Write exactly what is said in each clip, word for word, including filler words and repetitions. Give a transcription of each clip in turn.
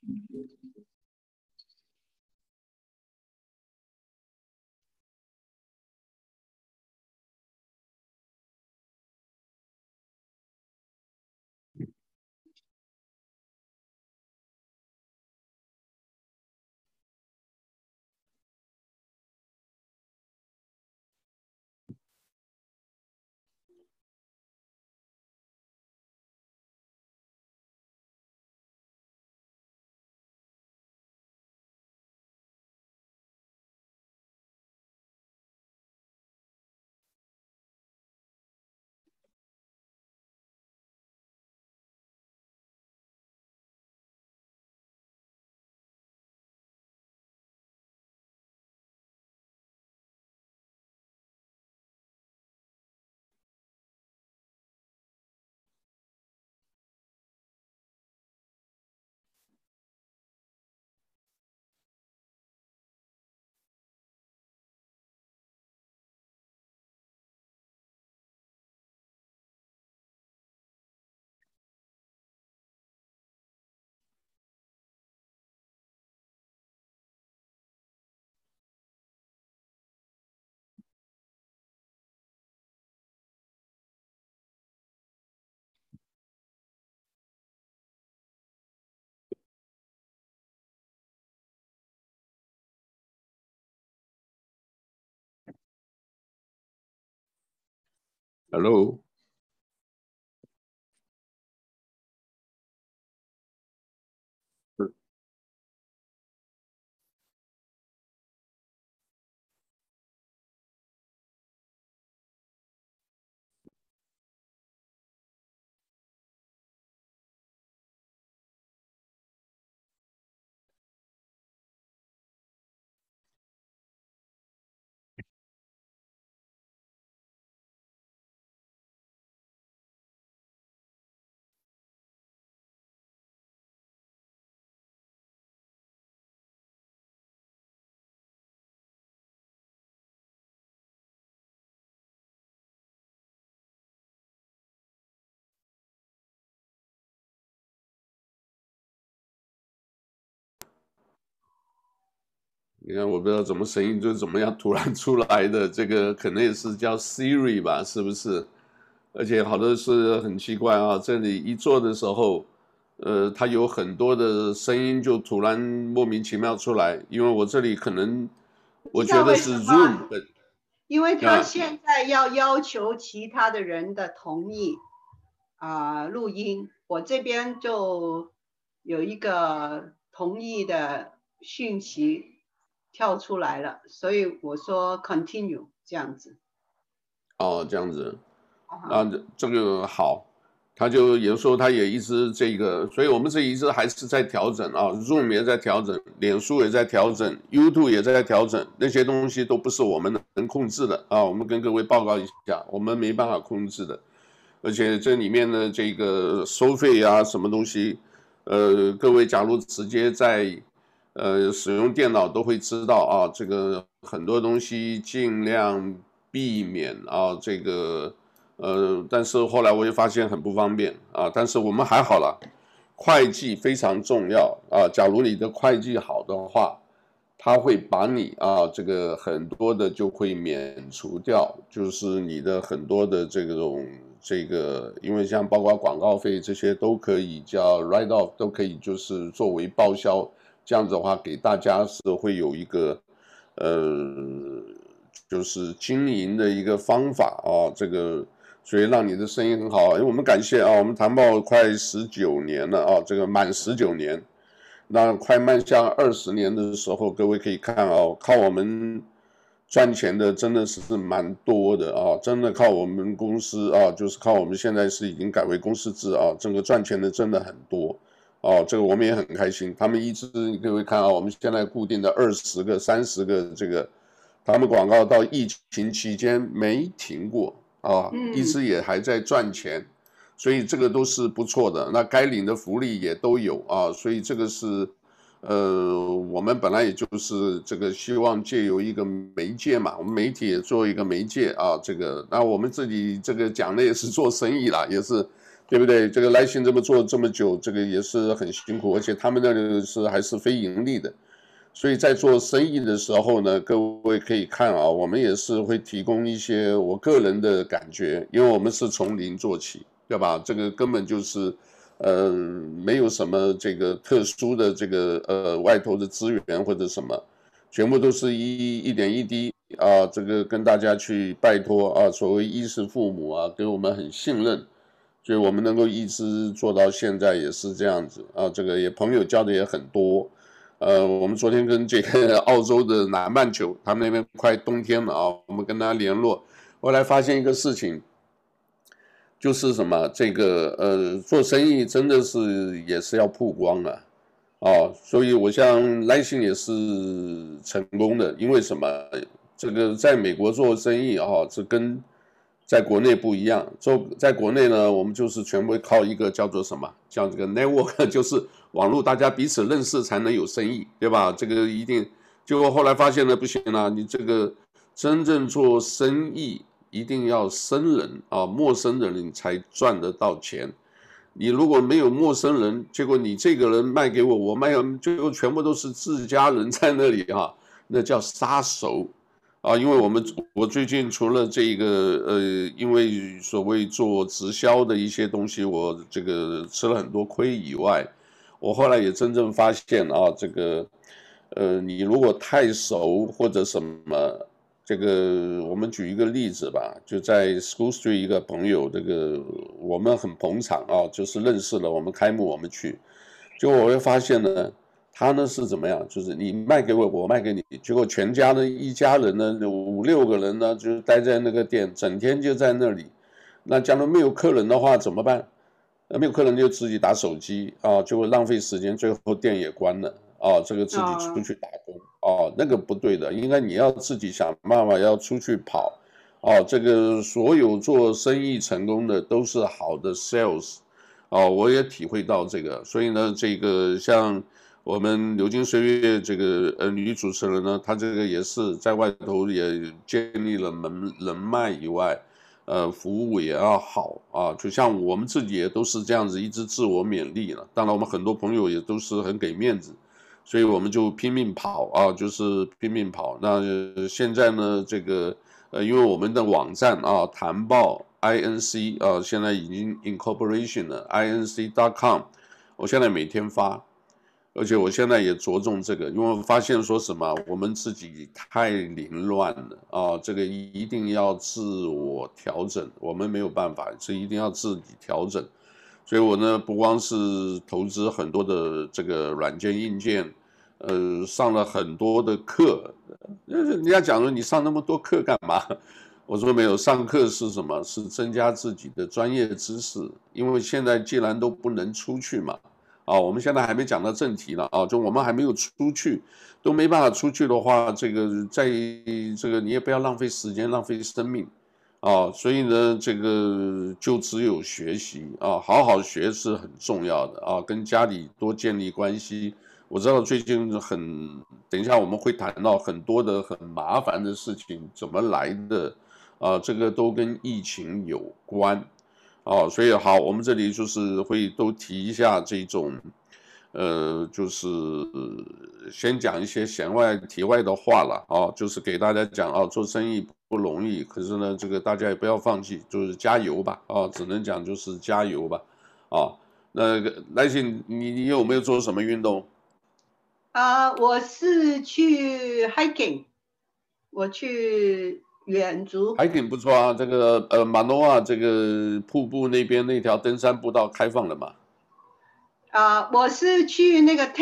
Hello。你看，我不知道怎么声音就怎么样突然出来的，这个可能也是叫 Siri 吧，是不是？而且好多是很奇怪啊，这里一做的时候，呃，它有很多的声音就突然莫名其妙出来，因为我这里可能我知道觉得是为什么？ Zoom 本因为他啊， 现在要要求其他的人的同意啊、录音，我这边就有一个同意的讯息跳出来了，所以我说 continue 这样子。 哦，这样子。 啊， 啊，这个好，他就有时候他也一直这个，所以我们这一直还是在调整啊，Zoom 也在调整，脸书也在调整，YouTube 也在调整，那些东西都不是我们能控制的啊。我们跟各位报告一下，我们没办法控制的，而且这里面的这个收费啊，什么东西，呃，各位假如直接在呃使用电脑都会知道啊，这个很多东西尽量避免啊，这个。呃，但是后来我也发现很不方便啊。但是我们还好了，会计非常重要啊。假如你的会计好的话，他会把你啊这个很多的就会免除掉，就是你的很多的这种这个，因为像包括广告费这些都可以叫 write off，都可以就是作为报销，这样子的话给大家是会有一个呃就是经营的一个方法啊，这个。所以让你的生意很好，因为我们感谢啊，我们谈报快十九年了啊，这个满十九年，那快迈向二十年的时候，各位可以看哦，靠我们赚钱的真的是蛮多的啊，真的靠我们公司啊，就是靠我们现在是已经改为公司制啊，这个赚钱的真的很多哦，这个我们也很开心，他们一直各位看啊，我们现在固定的二十个、三十个这个，他们广告到疫情期间没停过。啊，一嗯， 直也还在赚钱，所以这个都是不错的。那该领的福利也都有啊，所以这个是，呃，我们本来也就是这个希望借由一个媒介嘛，我们媒体也做一个媒介啊，这个那我们自己这个讲的也是做生意啦，也是对不对？这个来信这么做这么久，这个也是很辛苦，而且他们那个是还是非盈利的，所以在做生意的时候呢，各位可以看啊，我们也是会提供一些我个人的感觉，因为我们是从零做起，对吧？这个根本就是，呃，没有什么这个特殊的这个呃外头的资源或者什么，全部都是一一点一滴啊，这个跟大家去拜托啊，所谓衣食父母啊，对我们很信任。所以我们能够一直做到现在也是这样子啊，这个也朋友交的也很多，呃，我们昨天跟这个澳洲的南半球，他们那边快冬天了啊，我们跟他联络，后来发现一个事情，就是什么，这个呃，做生意真的是也是要曝光啊，哦，所以我像来信也是成功的，因为什么？这个在美国做生意啊，这跟在国内不一样，做在国内呢，我们就是全部靠一个叫做什么，叫这个 network，就是网络，大家彼此认识才能有生意，对吧？这个一定，结果后来发现呢，不行啊，你这个真正做生意一定要生人啊，陌生的人才赚得到钱。你如果没有陌生人，结果你这个人卖给我，我卖，最后全部都是自家人在那里哈、啊，那叫杀熟。啊，因为我们我最近除了这个呃，因为所谓做直销的一些东西，我这个吃了很多亏以外，我后来也真正发现啊，这个呃，你如果太熟或者什么，这个我们举一个例子吧，就在 School Street 一个朋友，这个我们很捧场啊，就是认识了，我们开幕我们去，结果我会发现呢。他呢是怎么样？就是你卖给我，我卖给你，结果全家呢一家人呢五六个人呢就待在那个店，整天就在那里。那假如没有客人的话怎么办？没有客人就自己打手机啊，就会浪费时间，最后店也关了啊。这个自己出去打工啊，那个不对的，应该你要自己想办法要出去跑啊。这个所有做生意成功的都是好的 sales 啊，我也体会到这个，所以呢，这个像。我们流金岁月这个呃女主持人呢，她这个也是在外头也建立了门人脉以外，呃，服务也要好啊。就像我们自己也都是这样子，一直自我勉励了。当然，我们很多朋友也都是很给面子，所以我们就拼命跑啊，就是拼命跑。那、呃、现在呢，这个呃，因为我们的网站啊，谈报 I N C 啊，现在已经 incorporation 了 I N C dot com， 我现在每天发。而且我现在也着重这个，因为我发现说什么，我们自己太凌乱了啊，这个一定要自我调整，我们没有办法，这一定要自己调整。所以我呢，不光是投资很多的这个软件硬件，呃，上了很多的课，人家讲说你上那么多课干嘛？我说没有，上课是什么？是增加自己的专业知识，因为现在既然都不能出去嘛。啊，我们现在还没讲到正题呢啊，就我们还没有出去，都没办法出去的话，这个在这个你也不要浪费时间，浪费生命，啊，所以呢，这个就只有学习啊，好好学是很重要的啊，跟家里多建立关系。我知道最近很，等一下我们会谈到很多的很麻烦的事情怎么来的，啊，这个都跟疫情有关。哦，所以好，我们这里就是会都提一下这种，呃，就是先讲一些弦外题外的话了，哦，就是给大家讲哦，做生意不容易，可是呢，这个大家也不要放弃，就是加油吧，哦，只能讲就是加油吧，哦，那个来信，你你有没有做什么运动？ 啊、呃，我是去 hiking，我去远足。 还挺不错啊，这个呃马诺瓦这个瀑布那边那条登山步道开放了嘛？ 啊、呃，我是去那个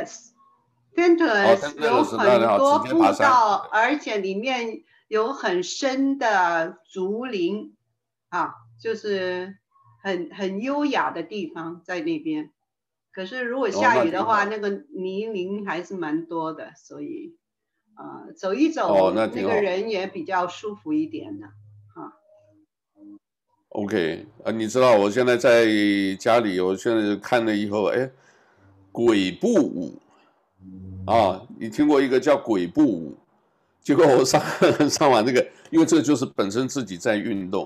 Tentless，Tentless 有很多步道，而且里面有很深的竹林，啊，就是很很优雅的地方在那边。可是如果下雨的话，哦、那, 那个泥泞还是蛮多的，所以啊、呃，走一走、哦，那, 那个人也比较舒服一点的。 OK， 啊，你知道我现在在家里，我现在看了以后，哎，鬼步舞，啊，你听过一个叫鬼步舞？结果我上上完这个，因为这就是本身自己在运动，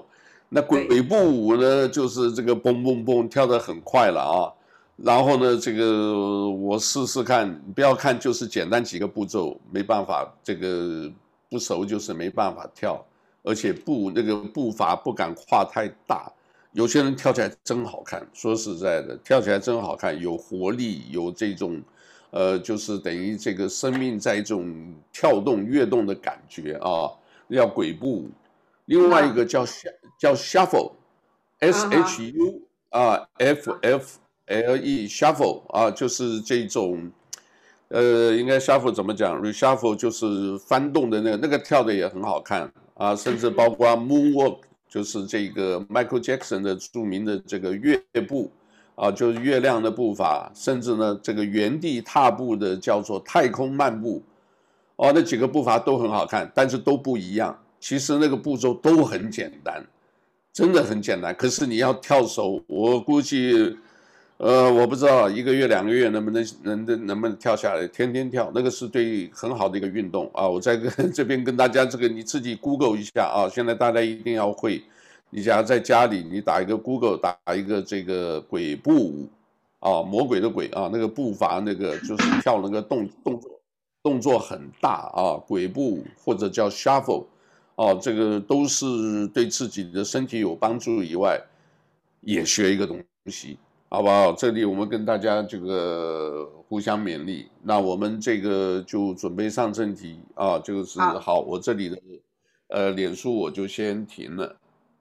那鬼步舞呢，就是这个蹦蹦蹦跳得很快了啊。然后呢，这个我试试看，不要看就是简单几个步骤，没办法，这个不熟就是没办法跳，而且步那个步伐不敢跨太大。有些人跳起来真好看，说实在的，跳起来真好看，有活力，有这种，呃，就是等于这个生命在这种跳动跃动的感觉啊，叫鬼步舞。另外一个叫叫 shuffle，S H U 啊 F F L E shuffle 啊，就是这种，呃，应该 shuffle 怎么讲 ？reshuffle 就是翻动的那个，那个跳的也很好看啊，甚至包括 moonwalk， 就是这个 Michael Jackson 的著名的这个月步啊，就是月亮的步伐，甚至呢这个原地踏步的叫做太空漫步，哦，那几个步伐都很好看，但是都不一样。其实那个步骤都很简单，真的很简单。可是你要跳熟，我估计，呃，我不知道一个月两个月能不能能能不能跳下来，天天跳，那个是对很好的一个运动啊。我在跟这边跟大家这个你自己 Google 一下啊，现在大家一定要会。你假如在家里，你打一个 Google， 打一个这个鬼步舞啊，魔鬼的鬼啊，那个步伐那个就是跳那个动动作。动作很大啊，鬼步或者叫 shuffle， 哦，这个都是对自己的身体有帮助以外，也学一个东西，好不好？这里我们跟大家这个互相勉励。那我们这个就准备上正题啊，就是好，我这里的呃脸书我就先停了。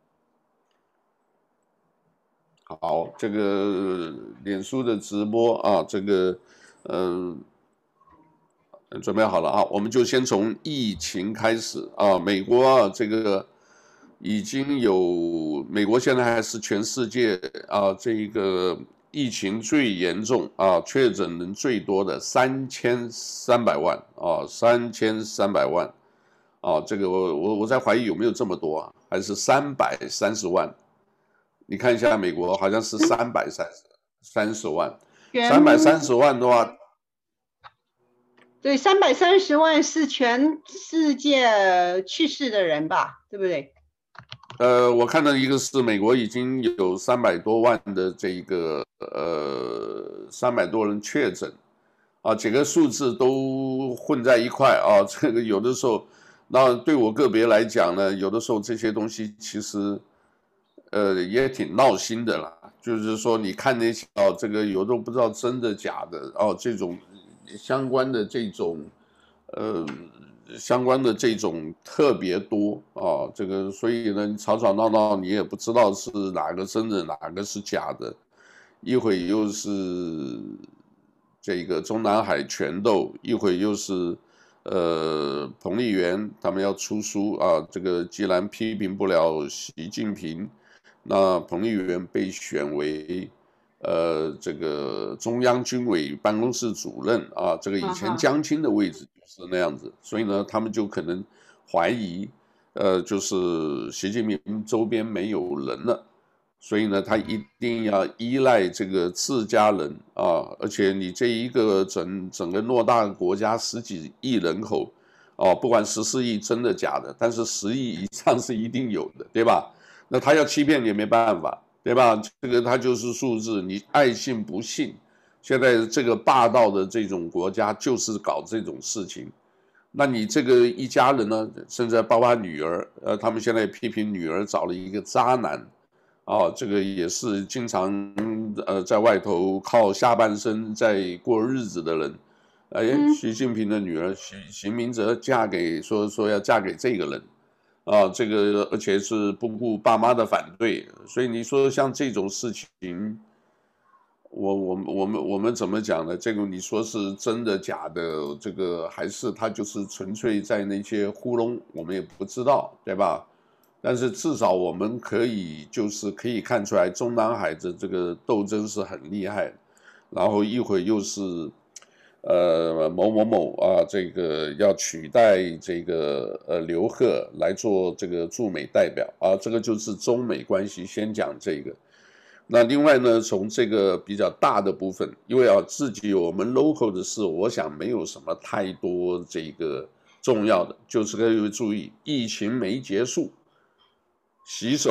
好，这个脸书的直播啊，这个嗯。呃准备好了啊，我们就先从疫情开始啊。美国啊，这个已经有，美国现在还是全世界啊这一个疫情最严重啊，确诊人最多的三千三百万啊，三千三百万啊，这个我我我在怀疑有没有这么多啊，还是三百三十万？你看一下美国好像是三百三十三十万，三百三十万的话。 对，三百三十万是全世界去世的人吧，对不对？ 呃，我看到一个是美国已经有三百多万的这个呃三百多人确诊，啊，几个数字都混在一块啊，这个有的时候，那对我个别来讲呢，有的时候这些东西其实呃也挺闹心的啦，就是说你看那些哦，这个有的不知道真的假的哦，这种。相关的这种，呃，相关的这种特别多啊，这个所以呢，你吵吵闹闹，你也不知道是哪个真的，哪个是假的，一会又是这个中南海拳斗，一会又是呃彭丽媛他们要出书啊，这个既然批评不了习近平，那彭丽媛被选为。呃，这个中央军委办公室主任啊，这个以前江青的位置就是那样子，所以呢，他们就可能怀疑，呃，就是习近平周边没有人了，所以呢，他一定要依赖这个自家人啊，而且你这一个整整个偌大的国家十几亿人口，哦，不管十四亿真的假的，但是十亿以上是一定有的，对吧？那他要欺骗也没办法。对吧？这个它就是数字，你爱信不信。现在这个霸道的这种国家就是搞这种事情，那你这个一家人呢，甚至包括女儿，呃，他们现在批评女儿找了一个渣男，啊，这个也是经常呃在外头靠下半身在过日子的人，哎，习近平的女儿习习明泽嫁给说说要嫁给这个人。啊，这个而且是不顾爸妈的反对，所以你说像这种事情，我我们我们我们怎么讲呢？这个你说是真的假的？这个还是他就是纯粹在那些糊弄，我们也不知道，对吧？但是至少我们可以就是可以看出来，中南海的这个斗争是很厉害，然后一会又是。呃，某某某啊，这个要取代这个呃刘鹤来做这个驻美代表啊，这个就是中美关系。先讲这个，那另外呢，从这个比较大的部分，因为啊自己我们 local 的事，我想没有什么太多这个重要的，就是各位注意，疫情没结束，洗手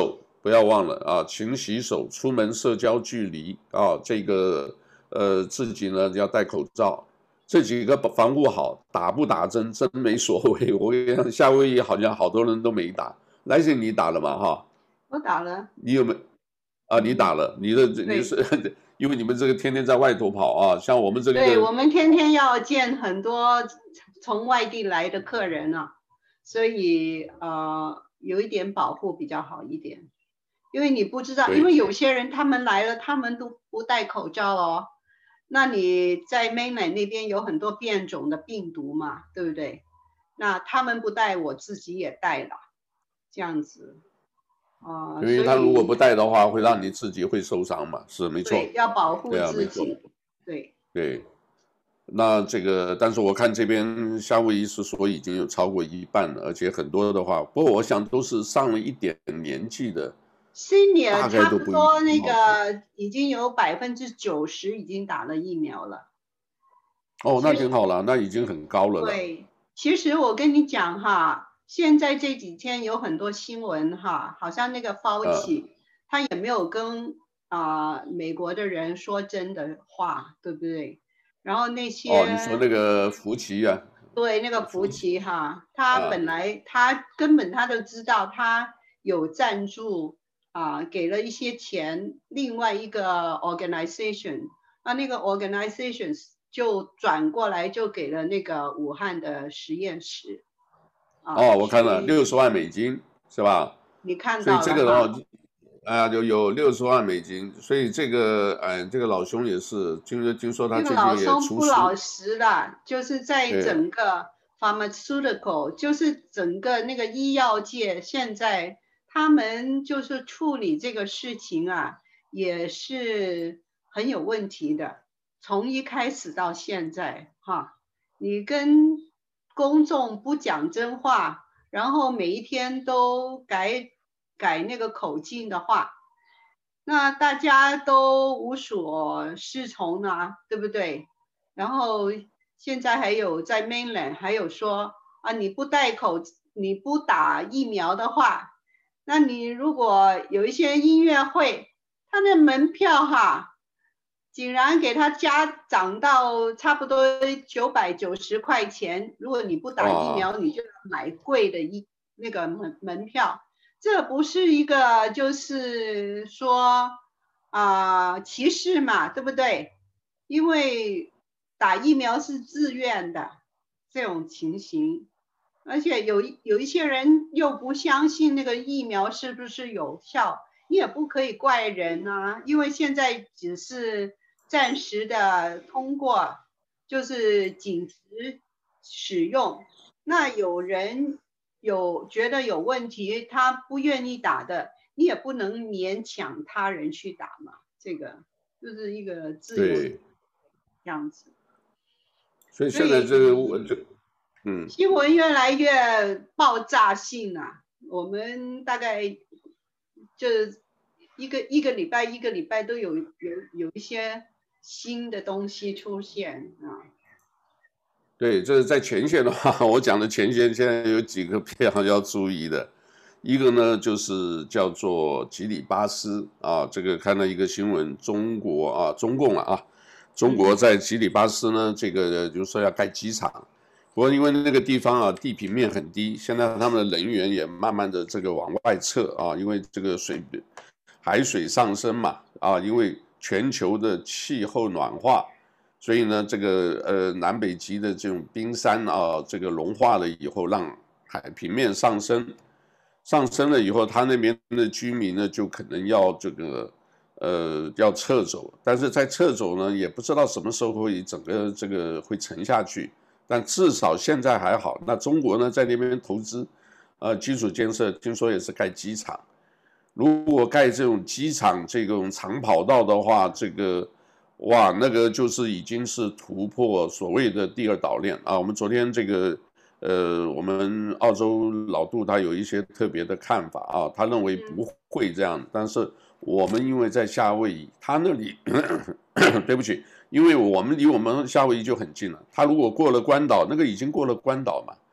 不要忘了啊，勤洗手，出门社交距离啊，这个呃自己呢要戴口罩，这几个防护好，打不打针真没所谓。我跟你讲，夏威夷好像好多人都没打，来信你打了吗？哈， 我打了。 你有没有？啊，你打了，你的你是因为你们这个天天在外头跑啊，像我们这个， 对，我们天天要见很多从外地来的客人啊，所以呃有一点保护比较好一点，因为你不知道，因为有些人他们来了，他们都不戴口罩哦。那你在 mainland 那边有很多变种的病毒嘛，对不对？那他们不戴，我自己也戴了，这样子。啊、 因为他如果不戴的话，会让你自己会受伤嘛，是没错。 对，要保护自己。 对啊， 对对，那这个，但是我看这边夏威夷是说已经有超过一半了，而且很多的话，不过我想都是上了一点年纪的。 Senior 差不多那个已经有百分之九十已经打了疫苗了。 哦，那挺好了，那已经很高了。 对，其实我跟你讲哈。现在这几天有很多新闻哈，好像那个 Fauci、呃、他也没有跟啊、呃、美国的人说真的话，对不对？然后那些哦，你说那个福奇啊？ 对，那个福奇哈，他本来、啊、他根本他都知道他有赞助啊、呃，给了一些钱，另外一个 organization， 那那个 organization 就转过来就给了那个武汉的实验室。 哦，我看了六十万美金是吧？ 你看到了， 所以这个的话，啊，有有六十万美金，所以这个，哎，这个老兄也是，听听说他最近也出书。 这个老兄不老实了，就是在整个 pharmaceutical， 就是整个那个医药界，现在他们就是处理这个事情啊，也是很有问题的。从一开始到现在，哈，你跟公众不讲真话，然后每一天都改改那个口径的话，那大家都无所适从呢，对不对？然后现在还有在 mainland 还有说啊，你不戴口，你不打疫苗的话，那你如果有一些音乐会，他的门票哈。竟然给他加涨到差不多九百九十块钱，如果你不打疫苗，你就要买贵的一那个门门票，这不是一个就是说啊、呃、歧视嘛，对不对？因为打疫苗是自愿的这种情形，而且有有一些人又不相信那个疫苗是不是有效，你也不可以怪人啊，因为现在只是。暂时的通过就是紧急使用，那有人有觉得有问题，他不愿意打的，你也不能勉强他人去打嘛，这个就是一个自由的样子。 所以现在这个我就嗯， 新闻越来越爆炸性啊，我们大概就一个一个礼拜一个礼拜都有有有一些。新的东西出现啊， 对，这是在前线的话，我讲的前线现在有几个非常要注意的，一个呢就是叫做吉里巴斯啊，这个看到一个新闻，中国啊，中共了啊，中国在吉里巴斯呢，这个就是说要盖机场，不过因为那个地方啊地平面很低，现在他们的人员也慢慢的这个往外撤啊，因为这个水海水上升嘛啊，因为。全球的气候暖化，所以呢，这个呃南北极的这种冰山啊，这个融化了以后，让海平面上升，上升了以后，他那边的居民呢，就可能要这个呃要撤走，但是在撤走呢，也不知道什么时候会整个这个会沉下去，但至少现在还好。那中国呢，在那边投资，呃，基础建设，听说也是盖机场。如果盖这种机场这种长跑道的话，这个哇，那个就是已经是突破所谓的第二岛链啊。我们昨天这个呃，我们澳洲老杜他有一些特别的看法啊，他认为不会这样，但是我们因为在夏威夷，他那里对不起，因为我们离我们夏威夷就很近了，他如果过了关岛，那个已经过了关岛嘛。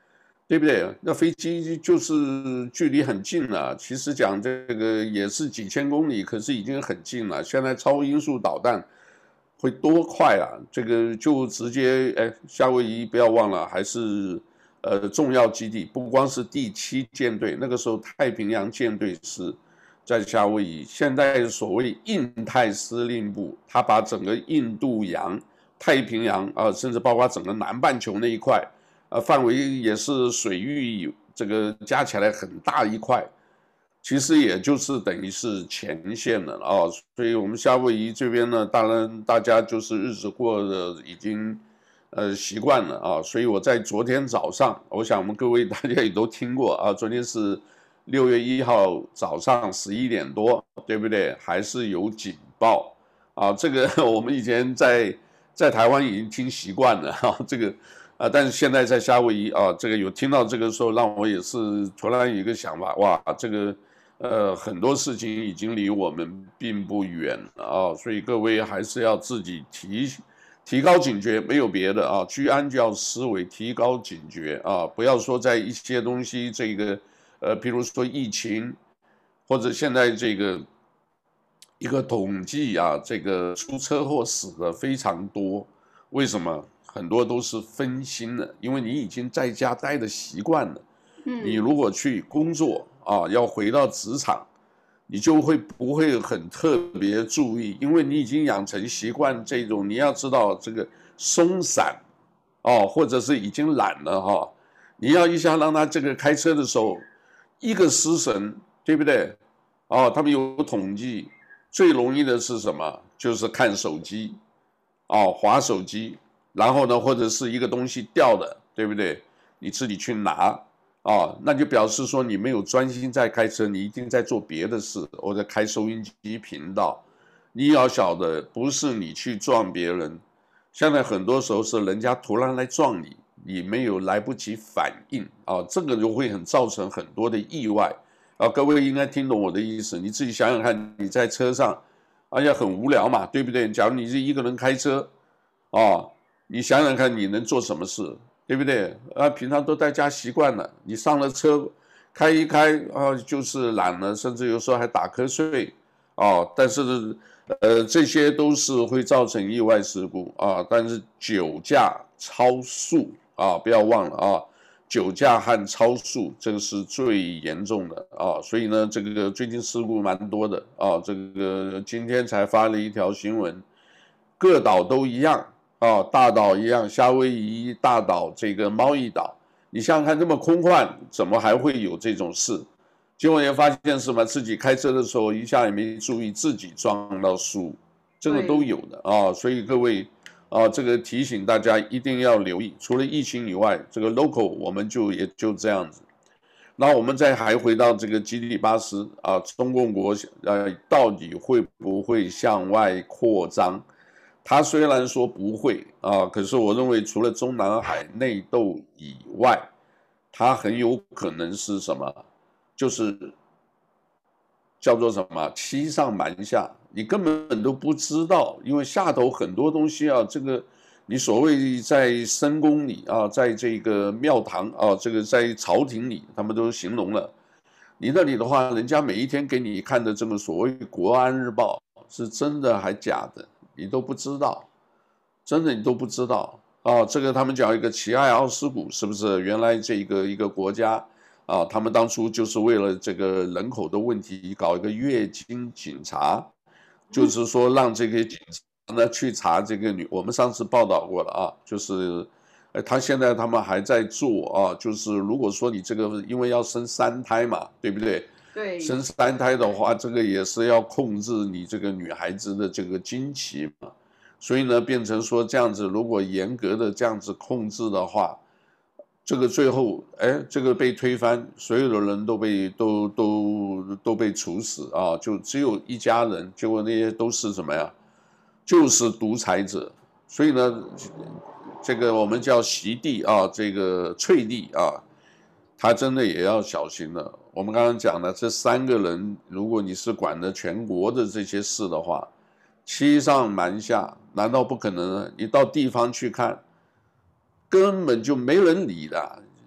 对不对？那飞机就是距离很近了，其实讲这个也是几千公里，可是已经很近了。现在超音速导弹会多快啊？这个就直接哎，夏威夷不要忘了，还是呃重要基地，不光是第七舰队，那个时候太平洋舰队是在夏威夷，现在所谓印太司令部，他把整个印度洋、太平洋啊、呃，甚至包括整个南半球那一块。呃，范围也是水域这个加起来很大一块，其实也就是等于是前线了啊、哦。所以我们夏威夷这边呢，当然大家就是日子过得已经呃习惯了啊。所以我在昨天早上，我想我们各位大家也都听过啊，昨天是六月一号早上十一点多，对不对？还是有警报啊。这个我们以前在在台湾已经听习惯了哈、啊，这个。啊，但是现在在夏威夷啊，这个有听到这个时候，让我也是突然有一个想法，哇，这个呃很多事情已经离我们并不远了啊，所以各位还是要自己提提高警觉，没有别的啊，居安就要思维，提高警觉啊，不要说在一些东西这个呃，比如说疫情，或者现在这个一个统计啊，这个出车祸死的非常多，为什么？很多都是分心了，因为你已经在家待的习惯了。 嗯， 你如果去工作啊，要回到职场，你就会不会很特别注意，因为你已经养成习惯这种，你要知道这个松散哦，或者是已经懒了哈、哦，你要一下让他这个开车的时候一个失神，对不对？哦，他们有统计，最容易的是什么？就是看手机，哦，滑手机。然后呢，或者是一个东西掉了，对不对？你自己去拿，哦，那就表示说你没有专心在开车，你一定在做别的事，或者开收音机频道。你要晓得，不是你去撞别人，现在很多时候是人家突然来撞你，你没有来不及反应啊，这个就会很造成很多的意外啊。各位应该听懂我的意思，你自己想想看，你在车上，哎呀，很无聊嘛，对不对？假如你是一个人开车，哦。你想想看，你能做什么事，对不对？啊，平常都在家习惯了，你上了车，开一开啊，就是懒了，甚至有时候还打瞌睡，哦，但是，呃，这些都是会造成意外事故啊。但是酒驾超速啊，不要忘了啊，酒驾和超速这个是最严重的啊。所以呢，这个最近事故蛮多的啊。这个今天才发了一条新闻，各岛都一样。啊，大岛一样，夏威夷大岛这个贸易岛，你想想看，这么空旷，怎么还会有这种事？结果也发现什么？自己开车的时候一下也没注意，自己撞到树，这个都有的啊。所以各位啊，这个提醒大家一定要留意。除了疫情以外，这个 local 我们就也就这样子。那我们再还回到这个基里巴斯啊，中共国呃到底会不会向外扩张？他虽然说不会啊，可是我认为除了中南海内斗以外，他很有可能是什么？就是叫做什么欺上瞒下，你根本都不知道，因为下头很多东西啊，这个你所谓在深宫里啊，在这个庙堂啊，这个在朝廷里，他们都形容了。你那里的话，人家每一天给你看的这个所谓国安日报，是真的还假的？你都不知道，真的你都不知道啊！这个他们讲一个奇艾奥斯谷，是不是？原来这个一个国家啊，他们当初就是为了这个人口的问题，搞一个月经警察，就是说让这个警察呢去查这个女。我们上次报道过了啊，就是，呃，他现在他们还在做啊，就是如果说你这个因为要生三胎嘛，对不对？ 对， 生三胎的话，这个也是要控制你这个女孩子的这个经期嘛，所以呢，变成说这样子，如果严格的这样子控制的话，这个最后，哎，这个被推翻，所有的人都被都都都被处死啊，就只有一家人，结果那些都是什么呀？就是独裁者，所以呢，这个我们叫席地啊，这个翠地啊。他真的也要小心了。我们刚刚讲的这三个人，如果你是管着全国的这些事的话，欺上瞒下，难道不可能呢？你到地方去看，根本就没人理的。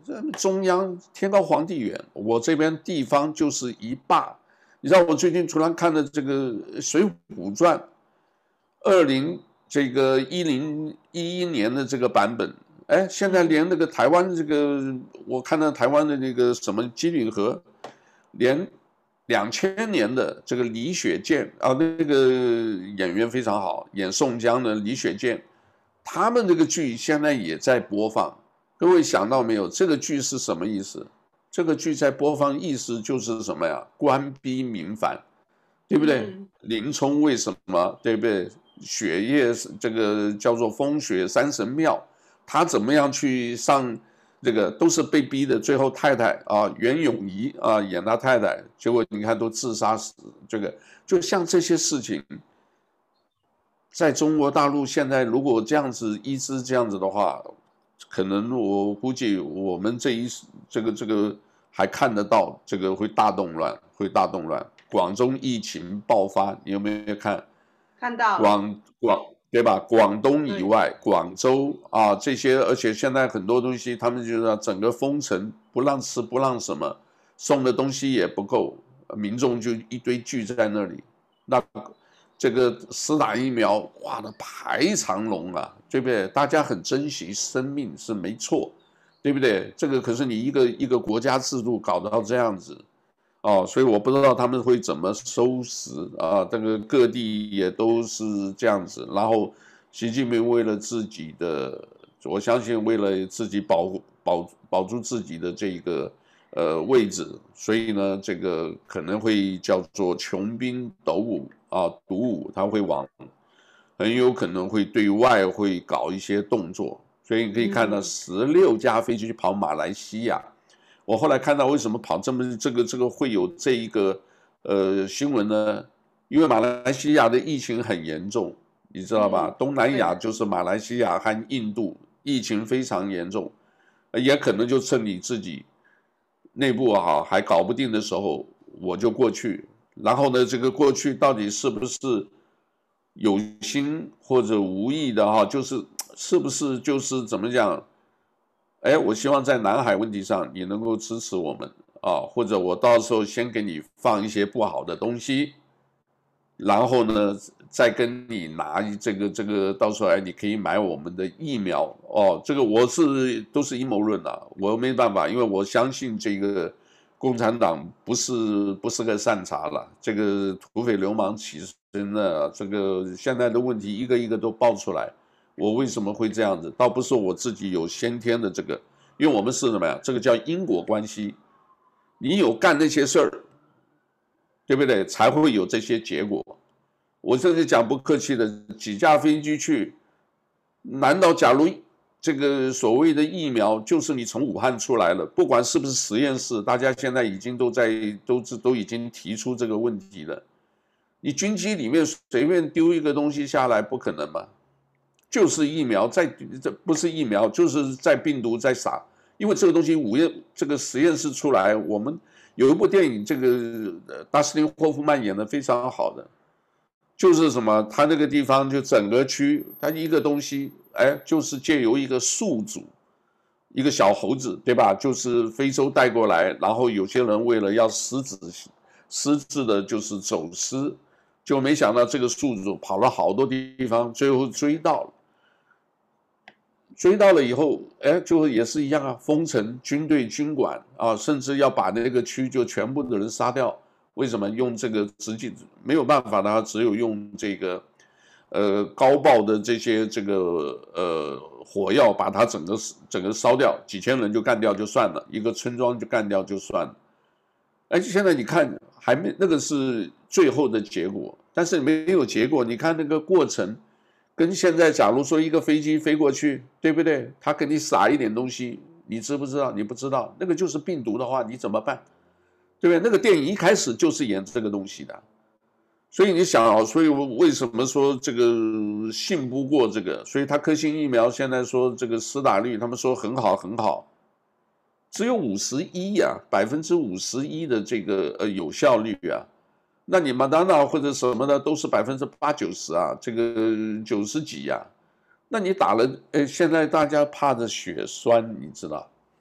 中央天高皇帝远，我这边地方就是一霸。你知道我最近突然看的这个《水浒传》，二零这个一零一一年的这个版本，哎，现在连那个台湾这个，我看到台湾的那个什么基吕河，连两千年的这个李雪健啊，那个演员非常好，演宋江的李雪健，他们这个剧现在也在播放。各位想到没有？这个剧是什么意思？这个剧在播放意思就是什么呀？官逼民反，对不对？嗯、林冲为什么？对不对？雪夜这个叫做风雪山神庙，他怎么样去上这个都是被逼的，最后太太啊袁咏仪啊演他太太，结果你看都自杀死，这个就像这些事情，在中国大陆现在如果这样子一直这样子的话，可能我估计我们这一这个这个还看得到，这个会大动乱，会大动乱。广州疫情爆发，你有没有看？ 看到广广对吧？广东以外，广州啊这些，而且现在很多东西，他们就是整个封城，不让吃，不让什么，送的东西也不够，民众就一堆聚在那里，那这个施打疫苗，哇，那排长龙啊，对不对？大家很珍惜生命是没错，对不对？这个可是你一个一个国家制度搞到这样子。哦，所以我不知道他们会怎么收拾啊，这个各地也都是这样子。然后，习近平为了自己的，我相信为了自己保保保住自己的这个呃位置，所以呢，这个可能会叫做穷兵黩武啊，黩武，他会往很有可能会对外会搞一些动作。所以你可以看到十六架飞机去跑马来西亚。我后来看到为什么跑这么这个这个会有这一个呃新闻呢？因为马来西亚的疫情很严重，你知道吧？嗯、东南亚就是马来西亚和印度疫情非常严重，也可能就趁你自己内部哈还搞不定的时候，我就过去。然后呢，这个过去到底是不是有心或者无意的哈？就是是不是就是怎么讲？哎，我希望在南海问题上你能够支持我们啊，或者我到时候先给你放一些不好的东西，然后呢，再跟你拿这个这个，到时候哎，你可以买我们的疫苗哦。这个我是都是阴谋论啊，我没办法，因为我相信这个共产党不是不是个善茬了，这个土匪流氓起身了，这个现在的问题一个一个都爆出来。我为什么会这样子？倒不是我自己有先天的这个，因为我们是什么呀？这个叫因果关系，你有干那些事儿，对不对？才会有这些结果。我这里讲不客气的，几架飞机去，难道假如这个所谓的疫苗就是你从武汉出来了，不管是不是实验室，大家现在已经都在都都已经提出这个问题了，你军机里面随便丢一个东西下来，不可能吧？就是疫苗在，这不是疫苗，就是在病毒在撒。因为这个东西五月这个实验室出来，我们有一部电影，这个达斯汀霍夫曼演的非常好的，就是什么，他那个地方就整个区，他一个东西，哎，就是借由一个宿主，一个小猴子，对吧？就是非洲带过来，然后有些人为了要私自私自的，就是走私，就没想到这个宿主跑了好多地方，最后追到了。追到了以后，哎，就也是一样啊，封城、军队、军管啊，甚至要把那个区就全部的人杀掉。为什么用这个直接没有办法呢？只有用这个呃高爆的这些这个呃火药把它整个整个烧掉，几千人就干掉就算了，一个村庄就干掉就算了。哎，现在你看还没那个是最后的结果，但是没有结果，你看那个过程。跟现在，假如说一个飞机飞过去，对不对？他给你撒一点东西，你知不知道？你不知道，那个就是病毒的话，你怎么办？对不对？那个电影一开始就是演这个东西的，所以你想啊，所以为什么说这个信不过这个？所以他科兴疫苗现在说这个施打率，他们说很好很好，只有五十一呀，百分之五十一的这个呃有效率啊。那你马达纳或者什么的都是百分之八九十啊，这个九十几呀、啊，那你打了，呃，现在大家怕着血栓，你知道？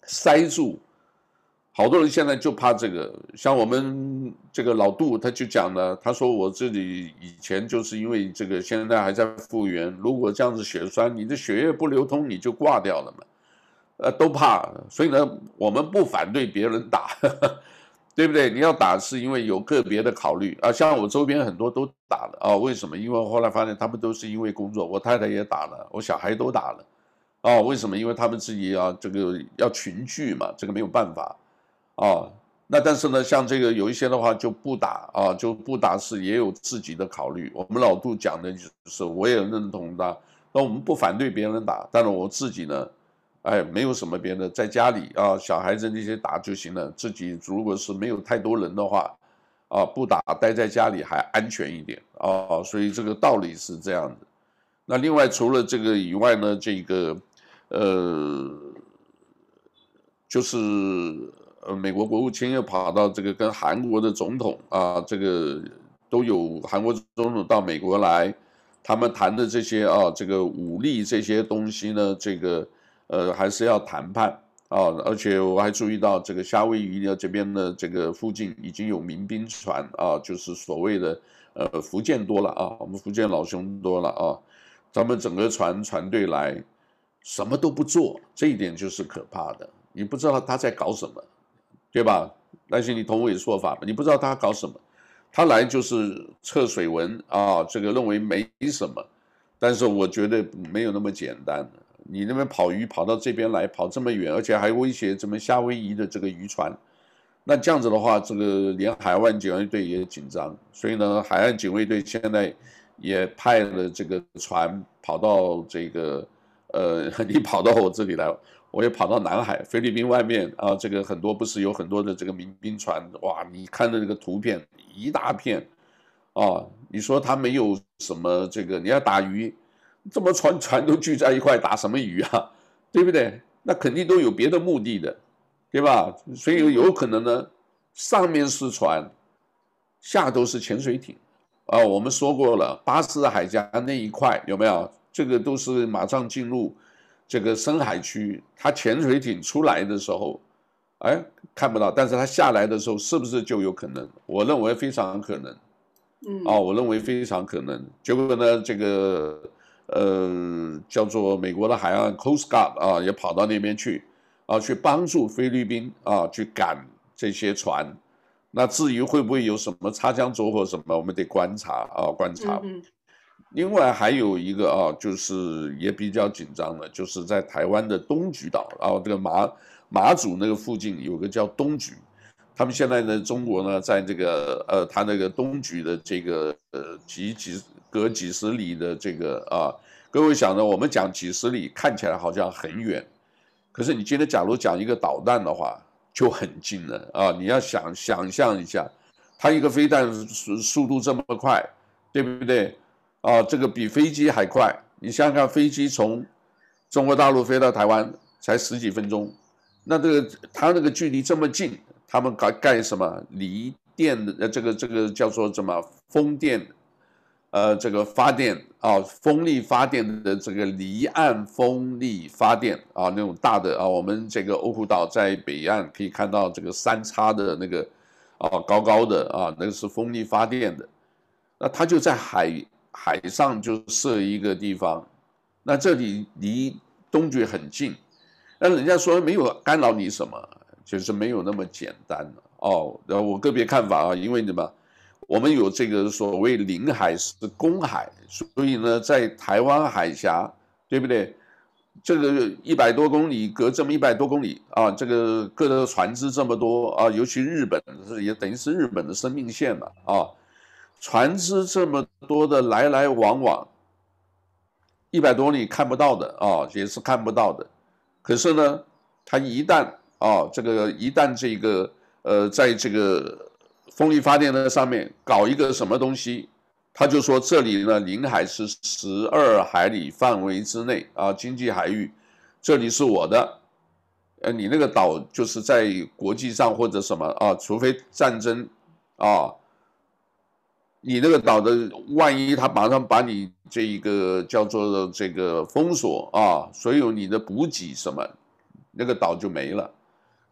塞住。好多人现在就怕这个，像我们这个老杜他就讲了，他说我这里以前就是因为这个，现在还在复原，如果这样子血栓，你的血液不流通，你就挂掉了嘛，呃，都怕，所以呢，我们不反对别人打，呵呵对不对？你要打是因为有个别的考虑啊，像我周边很多都打了啊，为什么？因为后来发现他们都是因为工作，我太太也打了，我小孩都打了，啊，为什么？因为他们自己啊，这个要群聚嘛，这个没有办法。啊，那但是呢，像这个有一些的话就不打啊，就不打是也有自己的考虑。我们老杜讲的就是，我也认同的。那我们不反对别人打，但是我自己呢，哎，没有什么别的，在家里啊，小孩子那些打就行了。自己如果是没有太多人的话，啊，不打，待在家里还安全一点啊。所以这个道理是这样的。那另外除了这个以外呢，这个呃，就是。呃，美国国务卿又跑到这个跟韩国的总统啊，这个都有韩国总统到美国来，他们谈的这些啊，这个武力这些东西呢，这个呃还是要谈判啊，而且我还注意到这个夏威夷的这边的这个附近已经有民兵船啊，就是所谓的呃福建多了啊，我们福建老兄多了啊，咱们整个船船队来，什么都不做，这一点就是可怕的，你不知道他在搞什么。对吧？那些你同我说法，你不知道他搞什么，他来就是测水文啊，这个认为没什么，但是我觉得没有那么简单。你那边跑鱼跑到这边来，跑这么远，而且还威胁这么夏威夷的这个渔船，那这样子的话，这个连海湾警卫队也紧张，所以呢，海岸警卫队现在也派了这个船跑到这个，呃，你跑到我这里来。我也跑到南海，菲律宾外面啊，这个很多不是有很多的这个民兵船，哇，你看的那个图片一大片，啊，你说他没有什么这个，你要打鱼，这么船船都聚在一块打什么鱼啊，对不对？那肯定都有别的目的的，对吧？所以有可能呢，上面是船，下都是潜水艇，啊，我们说过了，巴士海峡那一块有没有？这个都是马上进入。这个深海区，它潜水艇出来的时候，哎，看不到，但是它下来的时候，是不是就有可能？我认为非常可能。 嗯， 啊，我认为非常可能。结果呢，这个呃叫做美国的海岸 Coast Guard 啊，也跑到那边去，啊，去帮助菲律宾啊，去赶这些船。那至于会不会有什么擦枪走火什么，我们得观察啊，观察。 嗯另外还有一个啊，就是也比较紧张的，就是在台湾的东莒岛，然后这个马马祖那个附近有个叫东莒，他们现在呢，中国呢，在这个呃，他那个东莒的这个呃几几隔几十里的这个啊，各位想呢，我们讲几十里看起来好像很远，可是你今天假如讲一个导弹的话，就很近了啊，你要想想象一下，它一个飞弹速速度这么快，对不对？啊，这个比飞机还快。你想想看，飞机从中国大陆飞到台湾才十几分钟，那这个它那个距离这么近，他们盖盖什么离电的呃这个这个叫做什么风电，呃这个发电啊风力发电的这个离岸风力发电啊那种大的啊，我们这个欧胡岛在北岸可以看到这个三叉的那个啊高高的啊那个是风力发电的，那它就在海。海上就设一个地方，那这里离东莒很近，那人家说没有干扰你什么，就是没有那么简单哦。然后我个别看法啊，因为什么？我们有这个所谓领海是公海，所以呢，在台湾海峡，对不对？这个一百多公里，隔这么一百多公里啊，这个各个船只这么多啊，尤其日本也等于是日本的生命线了啊。船只这么多的来来往往，一百多里看不到的啊，也是看不到的。可是呢，它一旦啊，这个一旦这个呃，在这个风力发电的上面搞一个什么东西，他就说这里呢，领海是十二海里范围之内啊，经济海域，这里是我的。呃，你那个岛就是在国际上或者什么啊，除非战争啊。你那个岛的万一他马上把你这一个叫做这个封锁啊，所有你的补给什么，那个岛就没了。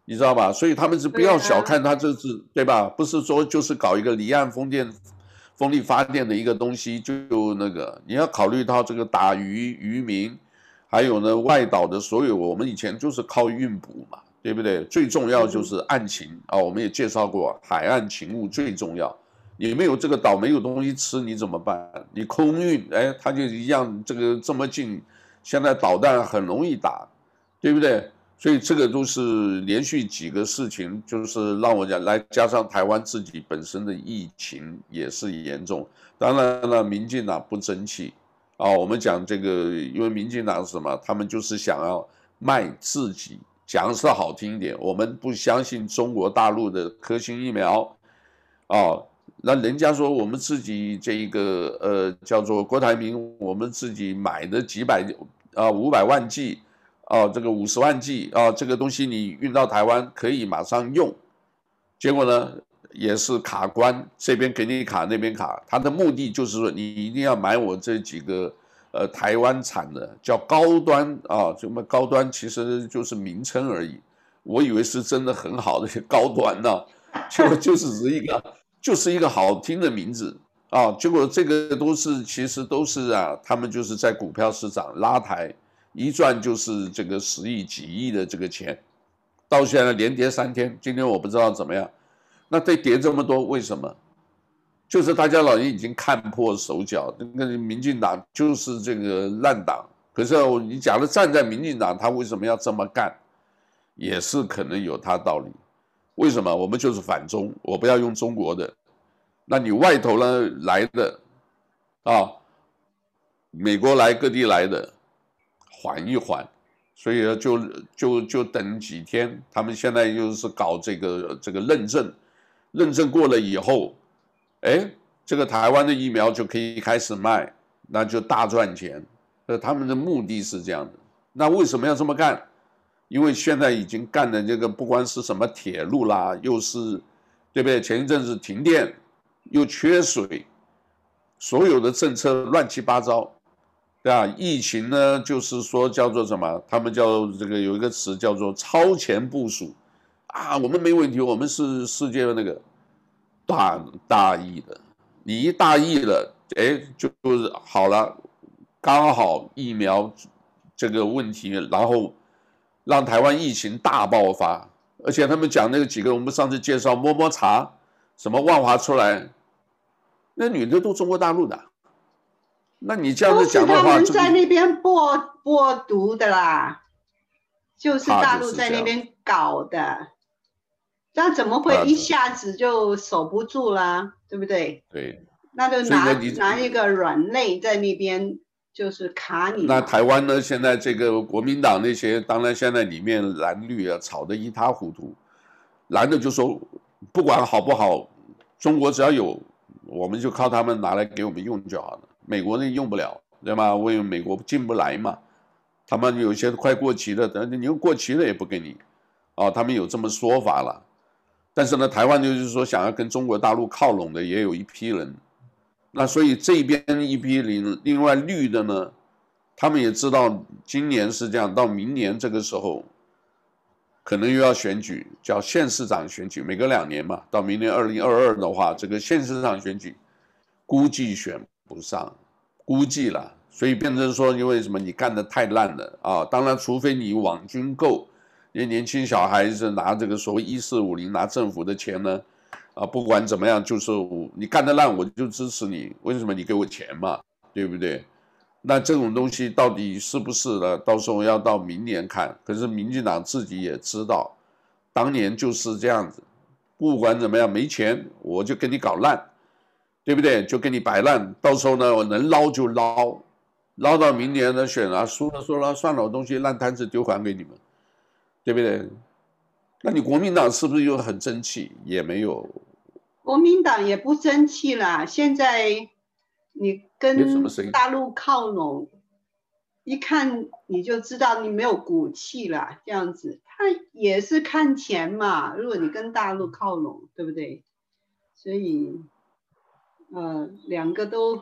你知道吧？所以他们是不对要小啊， 看他这是对吧？不是说就是搞一个离岸风电、风力发电的一个东西就那个，你要考虑到这个打渔渔民，还有呢外岛的所有，我们以前就是靠运补嘛，对不对？最重要就嗯是岸勤啊，我们也介绍过，海岸勤务最重要。你没有这个岛，没有东西吃，你怎么办？你空运，哎，它就一样，这个这么近，现在导弹很容易打，对不对？所以这个都是连续几个事情，就是让我讲来加上台湾自己本身的疫情也是严重，当然了，民进党不争气啊。我们讲这个，因为民进党是什么？他们就是想要卖自己，讲是好听一点，我们不相信中国大陆的科兴疫苗啊。那人家说我们自己这一个呃叫做郭台铭，我们自己买的几百啊五百万剂。哦，这个五十万剂啊，这个东西你运到台湾可以马上用，结果呢也是卡关，这边给你卡，那边卡，它的目的就是说你一定要买我这几个呃台湾产的叫高端啊，什么高端其实就是名称而已，我以为是真的很好的高端呢、啊，结果就是只是一个就是一个好听的名字啊，结果这个都是其实都是啊，他们就是在股票市场拉抬。一赚就是这个十亿几亿的这个钱，到现在连跌三天，今天我不知道怎么样。那这跌这么多，为什么？就是大家老爷已经看破手脚，那个民进党就是这个烂党。可是你假如站在民进党，他为什么要这么干？也是可能有他道理。为什么？我们就是反中，我不要用中国的。那你外头呢来的啊，美国来各地来的，缓一缓，所以呢，就就就等几天。他们现在又是搞这个这个认证，认证过了以后，哎，这个台湾的疫苗就可以开始卖，那就大赚钱。呃，他们的目的是这样的。那为什么要这么干？因为现在已经干的这个不光是什么铁路啦，又是对不对？前一阵子停电，又缺水，所有的政策乱七八糟。对啊，疫情呢，就是说叫做什么？他们叫这个有一个词叫做超前部署啊，我们没问题，我们是世界的那个大大意的，你一大意了，哎，就是好了，刚好疫苗这个问题，然后让台湾疫情大爆发，而且他们讲那个几个，我们上次介绍摸摸茶，什么万华出来，那女的都中国大陆的。那你这样子都是讲的话， 他们这个在那边播播毒的啦，就是怕大陆就是这样， 在那边搞的，那怎么会怕一下子就守不住啦？对不对？ 对， 那就所以呢， 拿你拿一个软肋在那边，就是卡你那嘛。 台湾呢，现在这个国民党那些，当然现在里面蓝绿啊吵得一塌糊涂，蓝的就说不管好不好，中国只要有，我们就靠他们拿来给我们用就好了，美国那用不了，对吧？因为美国进不来嘛，他们有些快过期了，但你用过期了也不给你，啊，他们有这么说法了。但是呢，台湾就是说想要跟中国大陆靠拢的也有一批人，那所以这边一批人，另外绿的呢，他们也知道今年是这样，到明年这个时候可能又要选举，叫县市长选举，每隔两年嘛，到明年二零二二的话，这个县市长选举估计选不上，估计了，所以变成说，因为什么？你干的太烂了啊！当然，除非你网军够。因为年轻小孩子拿这个所谓一四五零拿政府的钱呢，啊，不管怎么样，就是你干得烂我就支持你，为什么你给我钱嘛，对不对？那这种东西到底是不是呢？到时候要到明年看。可是民进党自己也知道，当年就是这样子，不管怎么样没钱我就给你搞烂，对不对？就给你摆烂，到时候呢我能捞就捞，捞到明年呢选啊，输了说了算了，我东西烂摊子丢还给你们。对不对？那你国民党是不是又很争气？也没有， 国民党也不争气啦，现在你跟大陆靠拢，一看你就知道你没有骨气了，这样子，他也是看钱嘛。如果你跟大陆靠拢，对不对？所以，呃，两个都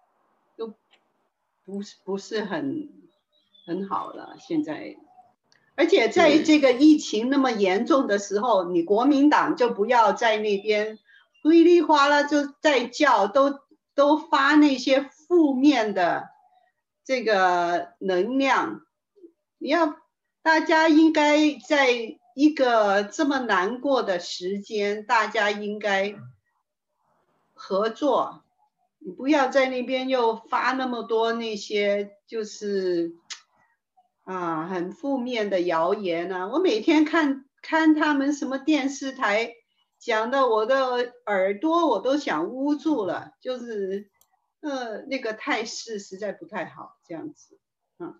都不是不是很很好了，现在。 而且在对这个疫情那么严重的时候，你国民党就不要在那边稀里哗啦就在叫，都都发那些负面的这个能量。你要大家应该在一个这么难过的时间，大家应该合作。你不要在那边又发那么多那些就是啊很负面的谣言啊！我每天看看他们什么电视台讲的，我的耳朵我都想捂住了，就是呃那个态势实在不太好，这样子。嗯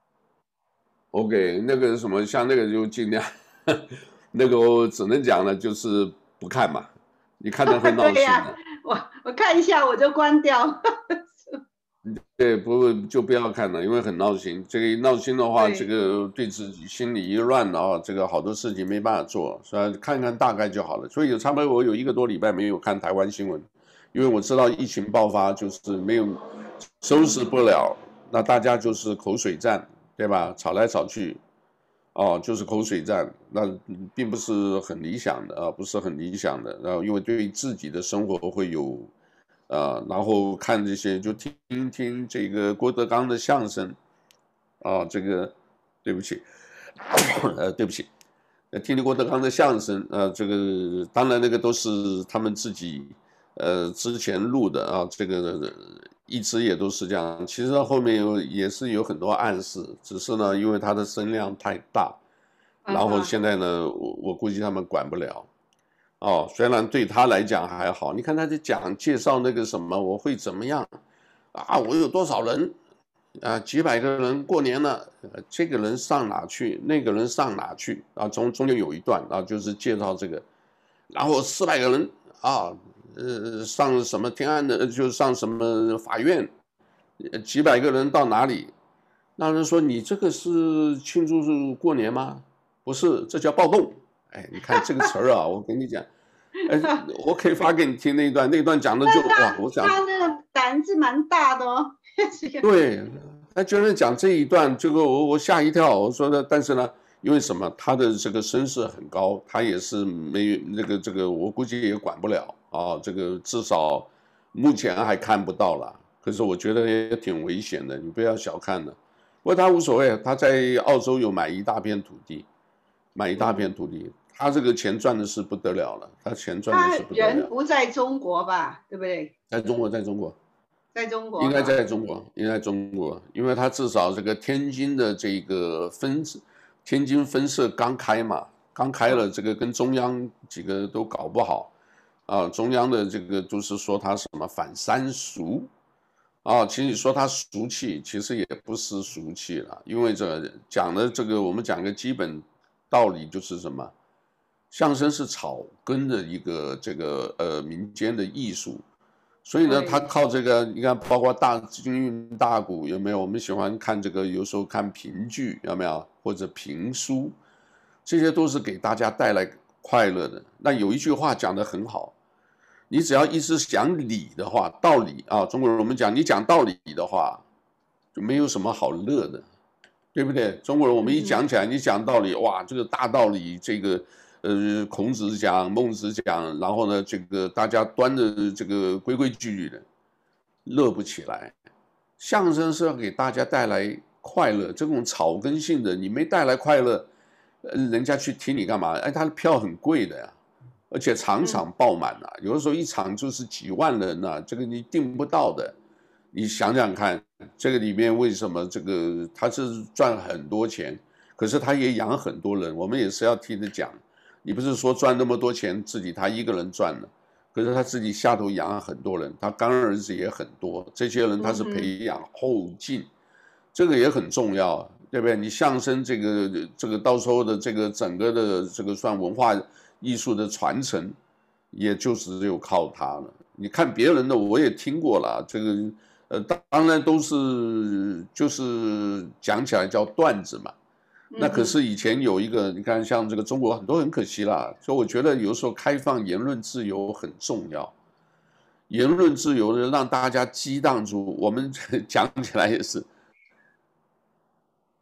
，OK，那个什么，像那个就尽量，那个我只能讲呢，就是不看嘛，你看的会闹对呀、 心的。 我我看一下我就关掉。 对，不就不要看了，因为很闹心。这个一闹心的话，这对， 个对自己心里一乱的啊，这个好多事情没办法做，所以看看大概就好了。所以有差不多我有一个多礼拜没有看台湾新闻，因为我知道疫情爆发就是没有收拾不了，那大家就是口水战，对吧？吵来吵去，哦，就是口水战，那并不是很理想的啊，不是很理想的。然后因为对自己的生活会有。呃，然后看这些就听听这个郭德纲的相声，啊，这个对不起，呃，对不起，呃，听听郭德纲的相声，呃，这个当然那个都是他们自己呃之前录的啊，这个一直也都是这样。其实到后面有也是有很多暗示，只是呢，因为它的声量太大，然后嗯哼， 现在呢，我我估计他们管不了。哦，虽然对他来讲还好，你看他在讲介绍那个什么，我会怎么样啊？我有多少人啊？几百个人过年了，呃这个人上哪去？那个人上哪去？啊，中中间有一段啊，就是介绍这个，然后四百个人啊，呃，上什么天安的，就上什么法院，呃几百个人到哪里？那人说你这个是庆祝是过年吗？不是，这叫暴动。哎，你看这个词儿啊，我跟你讲。哎，我可以发给你听那一段，那一段讲的就哇，我讲他那个胆子蛮大的哦。这个对，他居然讲这一段，这个我我吓一跳，我说的，但是呢，因为什么，他的这个声势很高，他也是没那个这个，我估计也管不了啊，这个至少目前还看不到了，可是我觉得也挺危险的，你不要小看了。不过他无所谓，他在澳洲有买一大片土地，买一大片嗯， 土地，他这个钱赚的是不得了了，他钱赚的他是不得了。 人不在中国吧？对不对？ 在中国，在中国。 在中国应该哈。 在中国，应该在中国，因为它至少这个天津的这个分，天津分社刚开嘛，刚开了， 嗯这个跟中央几个都搞不好，啊，中央的这个都是说他什么反三俗，啊，其实你说他俗气，其实也不是俗气了，因为这讲的这个我们讲个基本道理就是什么，相声是草根的一个这个呃民间的艺术。所以呢，他对， 靠这个，你看，包括大京韵大鼓有没有？我们喜欢看这个，有时候看评剧有没有？或者评书，这些都是给大家带来快乐的。那有一句话讲得很好，你只要一直讲理的话，道理啊，中国人我们讲，你讲道理的话，就没有什么好乐的。对不对？中国人我们一嗯讲起来，你讲道理，哇，这个大道理，这个呃，孔子讲，孟子讲，然后呢，这个大家端的这个规规矩矩的，乐不起来。相声是要给大家带来快乐，这种草根性的，你没带来快乐，呃，人家去听你干嘛？哎，他的票很贵的呀，而且场嗯场爆满呐、有的时候一场就是几万人呐、这个你订不到的。你想想看，这个里面为什么这个他是赚很多钱，可是他也养很多人，我们也是要替他讲。你不是说赚那么多钱自己他一个人赚了，可是他自己下头养了很多人，他干儿子也很多，这些人他是嗯哼， 培养后进，这个也很重要，对不对？你相声这个这个到时候的这个整个的这个算文化艺术的传承，也就只有靠他了。你看别人的我也听过了，这个呃当然都是就是讲起来叫段子嘛。那嗯哼， 可是以前有一个，你看像这个中国很多很可惜啦，所以我觉得有时候开放言论自由很重要。言论自由呢，让大家激荡住，我们讲起来也是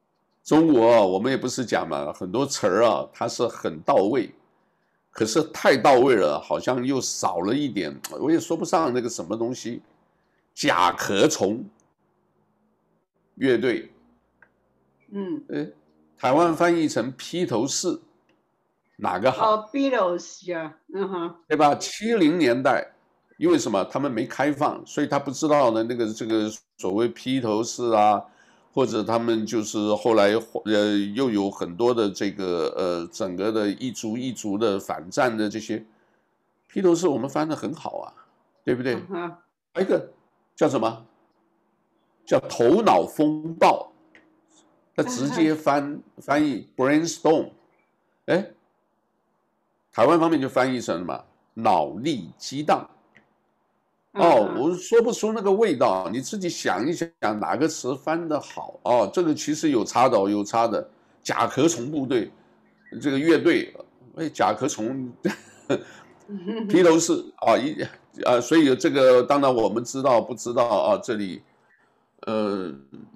中国啊，我们也不是讲嘛，很多词儿啊，它是很到位，可是太到位了，好像又少了一点，我也说不上那个什么东西。甲壳虫乐队， 嗯， 哎，台湾翻译成披头士，哪个好？ 哦，Beatles 呀，嗯哼， 对吧？七零年代，因为什么？他们没开放，所以他不知道呢。那个这个所谓披头士啊，或者他们就是后来呃又有很多的这个呃整个的一族一族的反战的这些披头士，我们翻的很好啊，对不对？ 嗯哼， 还有一个叫什么？叫头脑风暴，他直接翻翻译 brainstorm， 哎，台湾方面就翻译成什么？脑力激荡。哦，我说不出那个味道，你自己想一想，哪个词翻得好哦？这个其实有差的，有差的。甲壳虫部队，这个乐队，哎，甲壳虫，披头士啊，一啊，所以这个当然我们知道不知道啊？这里，呃，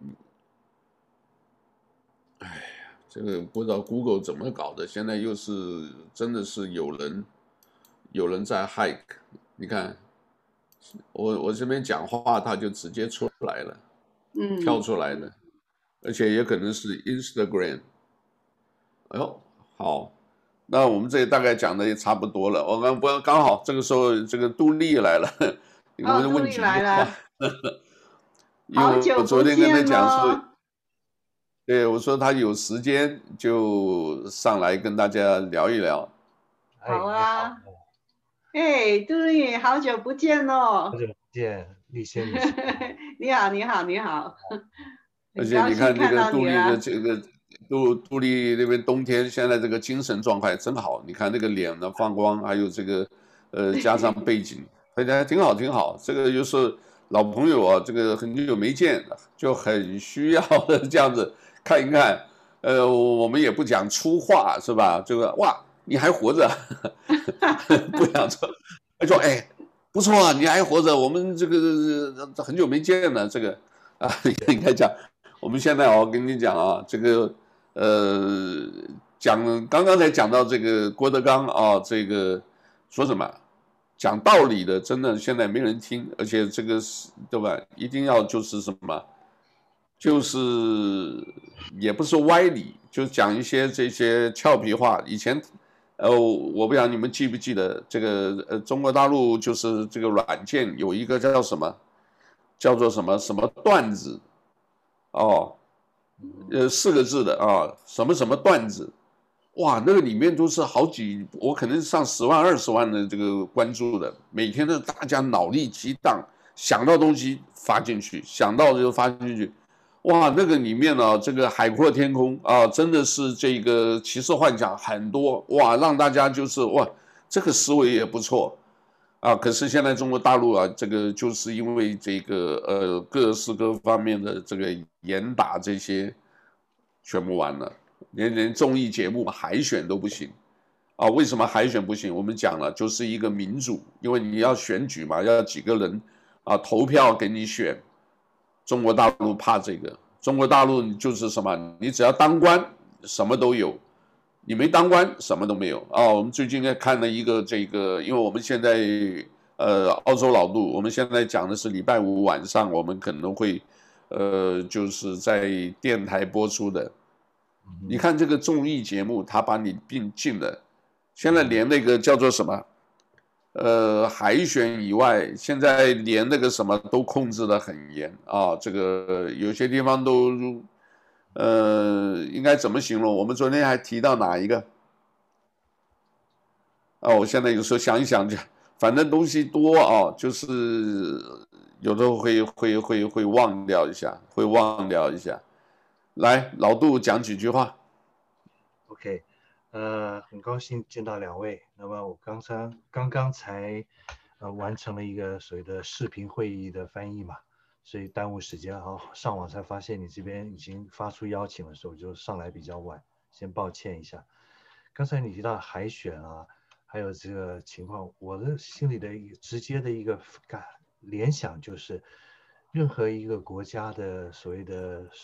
哎呀，这个不知道 Google 怎么搞的，现在又是真的是有人有人在 hack，你看。我我这边讲话，它就直接出来了， 嗯， 跳出来的，而且也可能是 Instagram。哎呦，好，那我们这大概讲的也差不多了。我刚不刚好这个时候，这个杜丽来了，我哦，杜们问几句丽来话， 了， 因好久不为我昨天跟他见讲说， 喽。 对我说他有时间就上来跟大家聊一聊。 好哎，你好， 啊，哎，杜丽，好久不见喽。 好久不见，丽仙女士。 你好，你好，你好， 而很高且你看这兴看到个杜丽的你了。 这个杜杜丽那边冬天现在这个精神状态真好，你看那个脸的放光，还有这个呃加上背景，大家挺好挺好。这个就是老朋友啊，这个很久没见，就很需要的这样子看一看。呃，我们也不讲粗话是吧？这个哇，你还活着，不想说，他说哎不错啊，你还活着，我们这个很久没见了，这个啊应该讲。我们现在我跟你讲啊，这个呃，讲刚刚才讲到这个郭德纲啊，这个说什么讲道理的，真的现在没人听，而且这个是对吧？一定要就是什么，就是也不是歪理，就讲一些这些俏皮话。以前呃，我不知道你们记不记得这个呃，中国大陆就是这个软件有一个叫什么，叫做什么什么段子。哦，呃，四个字的啊，什么什么段子，哇，那个里面都是好几，我可能上十万、二十万的这个关注的，每天都大家脑力激荡，想到东西发进去，想到就发进去，哇，那个里面呢、啊，这个海阔天空啊，真的是这个奇思幻想很多，哇，让大家就是哇，这个思维也不错。啊，可是现在中国大陆啊，这个就是因为这个呃各式各方面的这个严打这些，全部完了，连连综艺节目海选都不行啊。为什么海选不行？我们讲了，就是一个民主，因为你要选举嘛，要几个人啊投票给你选。中国大陆怕这个，中国大陆就是什么，你只要当官，什么都有。你没当官，什么都没有啊！我们最近在看了一个这个，因为我们现在呃澳洲老杜，我们现在讲的是礼拜五晚上，我们可能会呃就是在电台播出的。你看这个综艺节目，他把你并进了，现在连那个叫做什么呃海选以外，现在连那个什么都控制得很严啊！这个有些地方都。呃，应该怎么形容？我们昨天还提到哪一个？哦，我现在有时候想一想，就反正东西多啊，就是有时候会会会会忘掉一下，会忘掉一下。来，老杜讲几句话。 OK，呃，很高兴见到两位。那么我刚才刚刚才呃完成了一个所谓的视频会议的翻译嘛，所以耽误时间啊。上网才发现你这边已经发出邀请的时候，就上来比较晚，先抱歉一下。刚才你提到海选啊，还有这个情况，我的心里的一个直接的一个感联想就是，任何一个国家的所谓的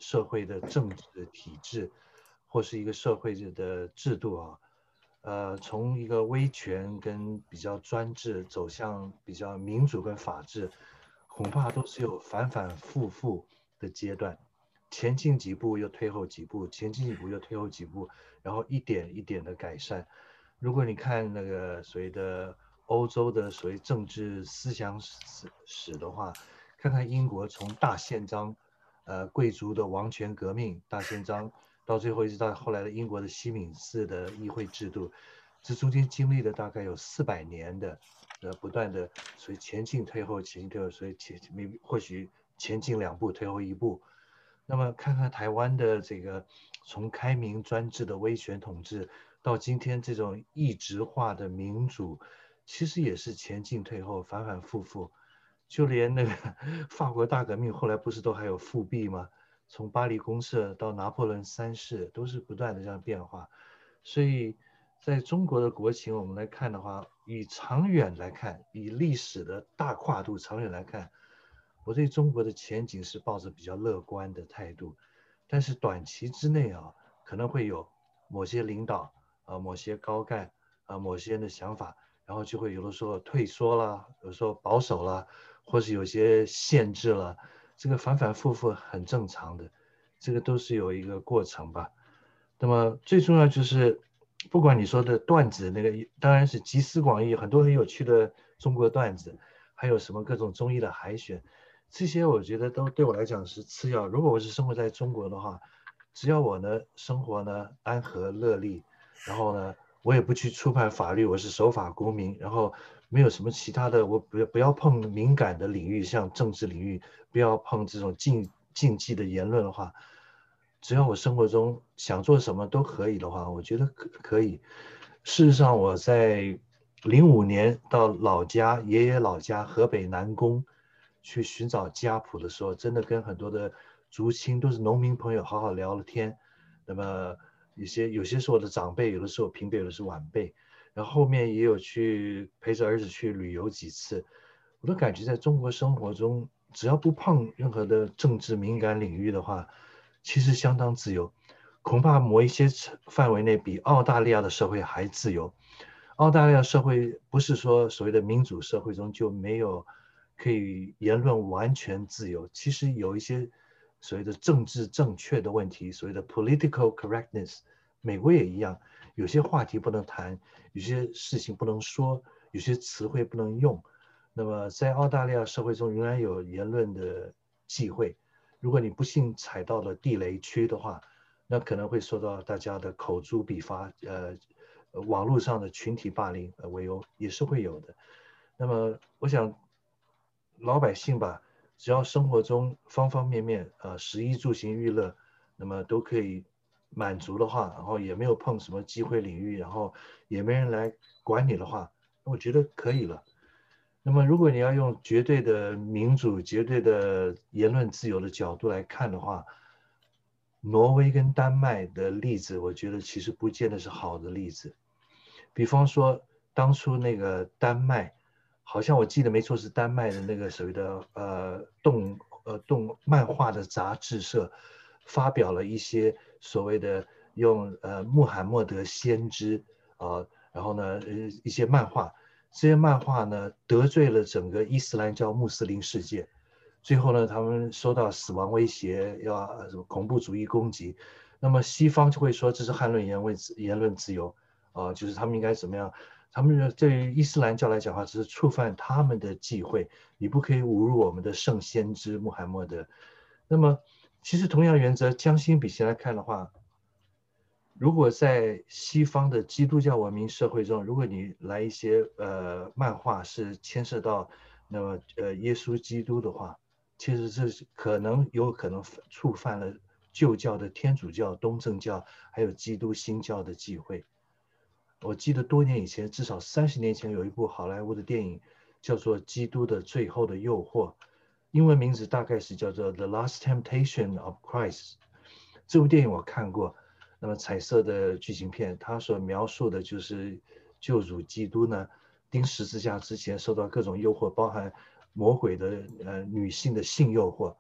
社会的政治的体制，或是一个社会的制度啊，呃，从一个威权跟比较专制走向比较民主跟法治，恐怕都是有反反复复的阶段，前进几步又退后几步，前进几步又退后几步，然后一点一点的改善。如果你看那个所谓的欧洲的所谓政治思想史史的话，看看英国从大宪章，呃，贵族的王权革命大宪章，到最后一直到后来的英国的西敏寺的议会制度，这中间经历了大概有四百年的，呃，不断的所以前进退后前进退后，所以前或许前进两步退后一步。那么看看台湾的这个从开明专制的威权统治到今天这种异质化的民主，其实也是前进退后反反复复。就连那个法国大革命后来不是都还有复辟吗？从巴黎公社到拿破仑三世都是不断的这样变化。所以在中国的国情我们来看的话，以长远来看，以历史的大跨度长远来看，我对中国的前景是抱着比较乐观的态度。但是短期之内啊，可能会有某些领导啊、某些高干啊、某些人的想法，然后就会有的时候退缩了，有时候保守了，或是有些限制了，这个反反复复很正常的，这个都是有一个过程吧。那么最重要就是，不管你说的段子那个，当然是集思广益，很多很有趣的中国段子，还有什么各种综艺的海选，这些我觉得都对我来讲是次要。如果我是生活在中国的话，只要我呢生活呢安和乐利，然后呢我也不去触犯法律，我是守法公民，然后没有什么其他的，我不要不要碰敏感的领域，像政治领域，不要碰这种禁禁忌的言论的话，只要我生活中想做什么都可以的话，我觉得可可以。事实上，我在零五年到老家爷爷老家河北南宫去寻找家谱的时候，真的跟很多的族亲都是农民朋友好好聊了天。那么有些有些是我的长辈，有的是我平辈，有的是晚辈。然后后面也有去陪着儿子去旅游几次，我都感觉在中国生活中，只要不碰任何的政治敏感领域的话，其实相当自由，恐怕某一些范围内比澳大利亚的社会还自由。澳大利亚社会不是说所谓的民主社会中就没有可以言论完全自由，其实有一些所谓的政治正确的问题，所谓的 political correctness， 美国也一样，有些话题不能谈，有些事情不能说，有些词汇不能用。那么在澳大利亚社会中仍然有言论的忌讳，如果你不幸踩到了地雷区的话，那可能会受到大家的口诛笔伐，呃，网络上的群体霸凌呃为由也是会有的。那么我想老百姓吧，只要生活中方方面面呃食衣住行娱乐，那么都可以满足的话，然后也没有碰什么机会领域，然后也没人来管你的话，我觉得可以了。那么如果你要用绝对的民主、绝对的言论自由的角度来看的话，挪威跟丹麦的例子，我觉得其实不见得是好的例子。比方说，当初那个丹麦，好像我记得没错是丹麦的那个所谓的呃动呃动漫画的杂志社，发表了一些所谓的用呃穆罕默德先知啊、呃，然后呢呃一些漫画。这些漫画呢得罪了整个伊斯兰教穆斯林世界，最后呢他们受到死亡威胁，要什么恐怖主义攻击，那么西方就会说这是汉论言论言论自由啊、呃，就是他们应该怎么样？他们对于伊斯兰教来讲的话，只是触犯他们的忌讳，你不可以侮辱我们的圣先知穆罕默德。那么其实同样原则，将心比心来看的话，如果在西方的基督教文明社会中，如果你来一些呃漫画是牵涉到那么呃耶稣基督的话，其实这是可能有可能触犯了旧教的天主教、东正教还有基督新教的忌讳。我记得多年以前，至少三十年前有一部好莱坞的电影叫做《基督的最后的诱惑》，英文名字大概是叫做《The Last Temptation of Christ》。这部电影我看过。那么彩色的剧情片，它所描述的就是救主基督呢，钉十字架之前受到各种诱惑，包含魔鬼的呃女性的性诱惑，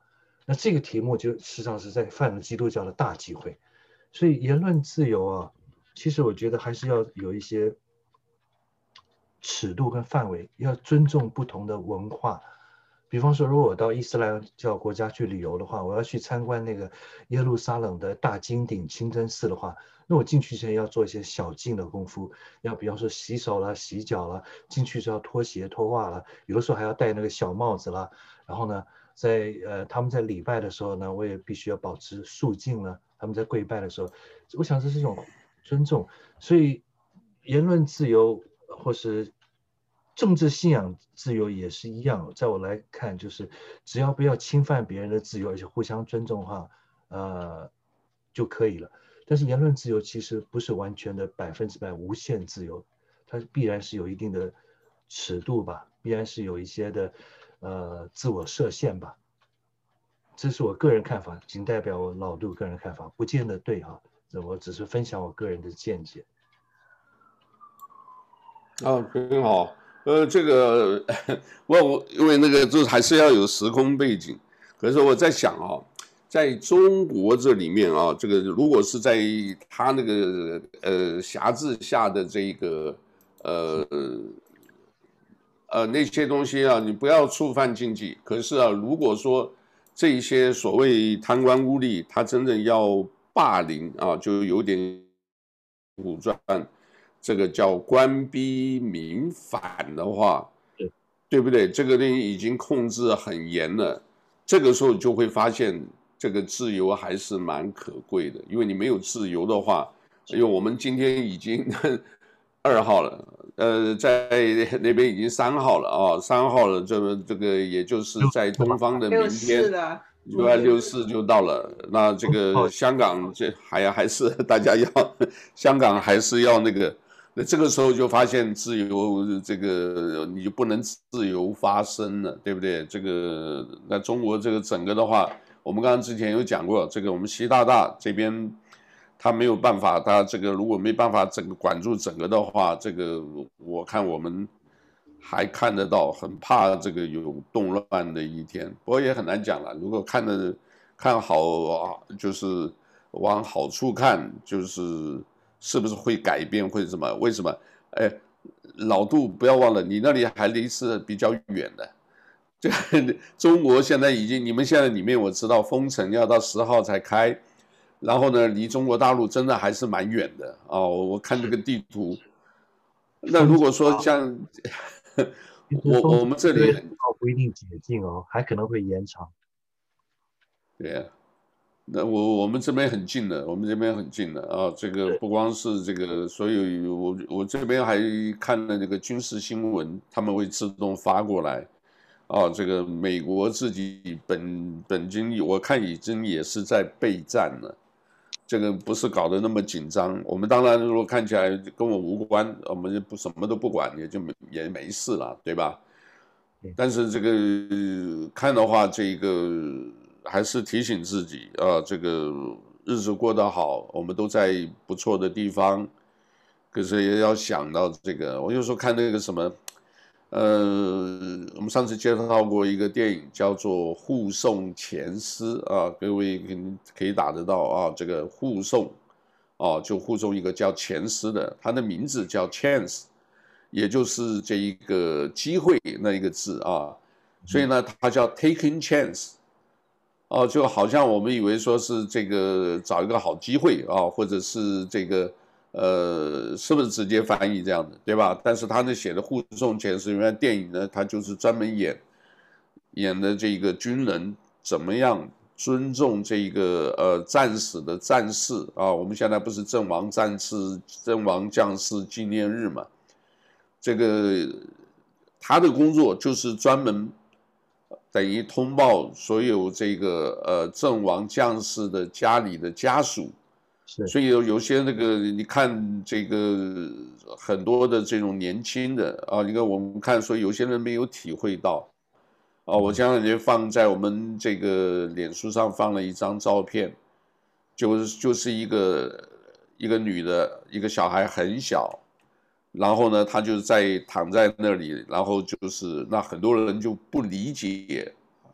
那这个题目就实际上是在犯了基督教的大忌讳。所以言论自由啊，其实我觉得还是要有一些尺度跟范围，要尊重不同的文化。比方说，如果我到伊斯兰教国家去旅游的话，我要去参观那个耶路撒冷的大金顶清真寺的话，那我进去前要做一些小净的功夫，要比方说洗手啦、洗脚啦，进去之后脱鞋脱袜啦，有的时候还要戴那个小帽子啦。然后呢，在呃他们在礼拜的时候呢，我也必须要保持肃静了。他们在跪拜的时候，我想这是一种尊重。所以言论自由或是政治信仰自由也是一样，在我来看，就是只要不要侵犯别人的自由，而且互相尊重的话，呃，就可以了。但是言论自由其实不是完全的百分之百无限自由，它必然是有一定的尺度吧，必然是有一些的呃自我设限吧。这是我个人看法，仅代表我老杜个人看法，不见得对哈。我只是分享我个人的见解。 啊，很好。呃，这个我我因为那个就是还是要有时空背景。可是我在想啊，在中国这里面啊，这个如果是在他那个呃辖制下的这个呃呃那些东西啊，你不要触犯禁忌。可是啊，如果说这一些所谓贪官污吏，他真正要霸凌啊，就有点武装，这个叫官逼民反的话，对不对？这个东西已经控制很严了。这个时候就会发现，这个自由还是蛮可贵的。因为你没有自由的话，因为我们今天已经二号了，呃，在那边已经三号了啊，三号了，这个这个也就是在东方的明天，六二六四就到了。那这个香港这还还是大家要，香港还是要那个。那这个时候就发现自由，这个你就不能自由发声了，对不对？这个那中国这个整个的话，我们刚刚之前有讲过，这个我们习大大这边他没有办法，他这个如果没办法整个管住整个的话，这个我看我们还看得到，很怕这个有动乱的一天。不过也很难讲了，如果看的看好，就是往好处看，就是。是不是会改变会什么？为什么？哎，老杜不要忘了，你那里还离是比较远的。这个中国现在已经，你们现在里面我知道封城要到十号才开，然后呢，离中国大陆真的还是蛮远的啊、哦！我看这个地图。那如果说像我我们这里不一定解禁哦，还可能会延长。 对啊。那我我们这边很近的，我们这边很近的啊。这个不光是这个，所以我我这边还看了那个军事新闻，他们会自动发过来。啊，这个美国自己本本军，我看已经也是在备战了。这个不是搞得那么紧张。我们当然如果看起来跟我无关，我们就不什么都不管，也就没也没事了，对吧？但是这个看的话，这个。还是提醒自己啊，这个日子过得好，我们都在不错的地方，可是也要想到这个。我有时候看那个什么，呃，我们上次介绍过一个电影叫做《护送前司》啊，各位可以打得到啊，这个护送，哦、啊，就护送一个叫前司的，他的名字叫 chance， 也就是这一个机会那一个字啊，所以呢，它叫 taking chance。哦，就好像我们以为说是这个找一个好机会啊，或者是这个呃，是不是直接翻译这样的，对吧？但是他那写的护送前司，原来电影呢，他就是专门演演的这个军人怎么样尊重这个呃战死的战士啊。我们现在不是阵亡战士、阵亡将士纪念日嘛？这个他的工作就是专门。等于通报所有这个呃阵亡将士的家里的家属，所以有有些那个你看这个很多的这种年轻的啊，你看我们看说有些人没有体会到啊，我前两天放在我们这个脸书上放了一张照片，就是就是一个一个女的，一个小孩很小。然后呢，他就在躺在那里，然后就是那很多人就不理解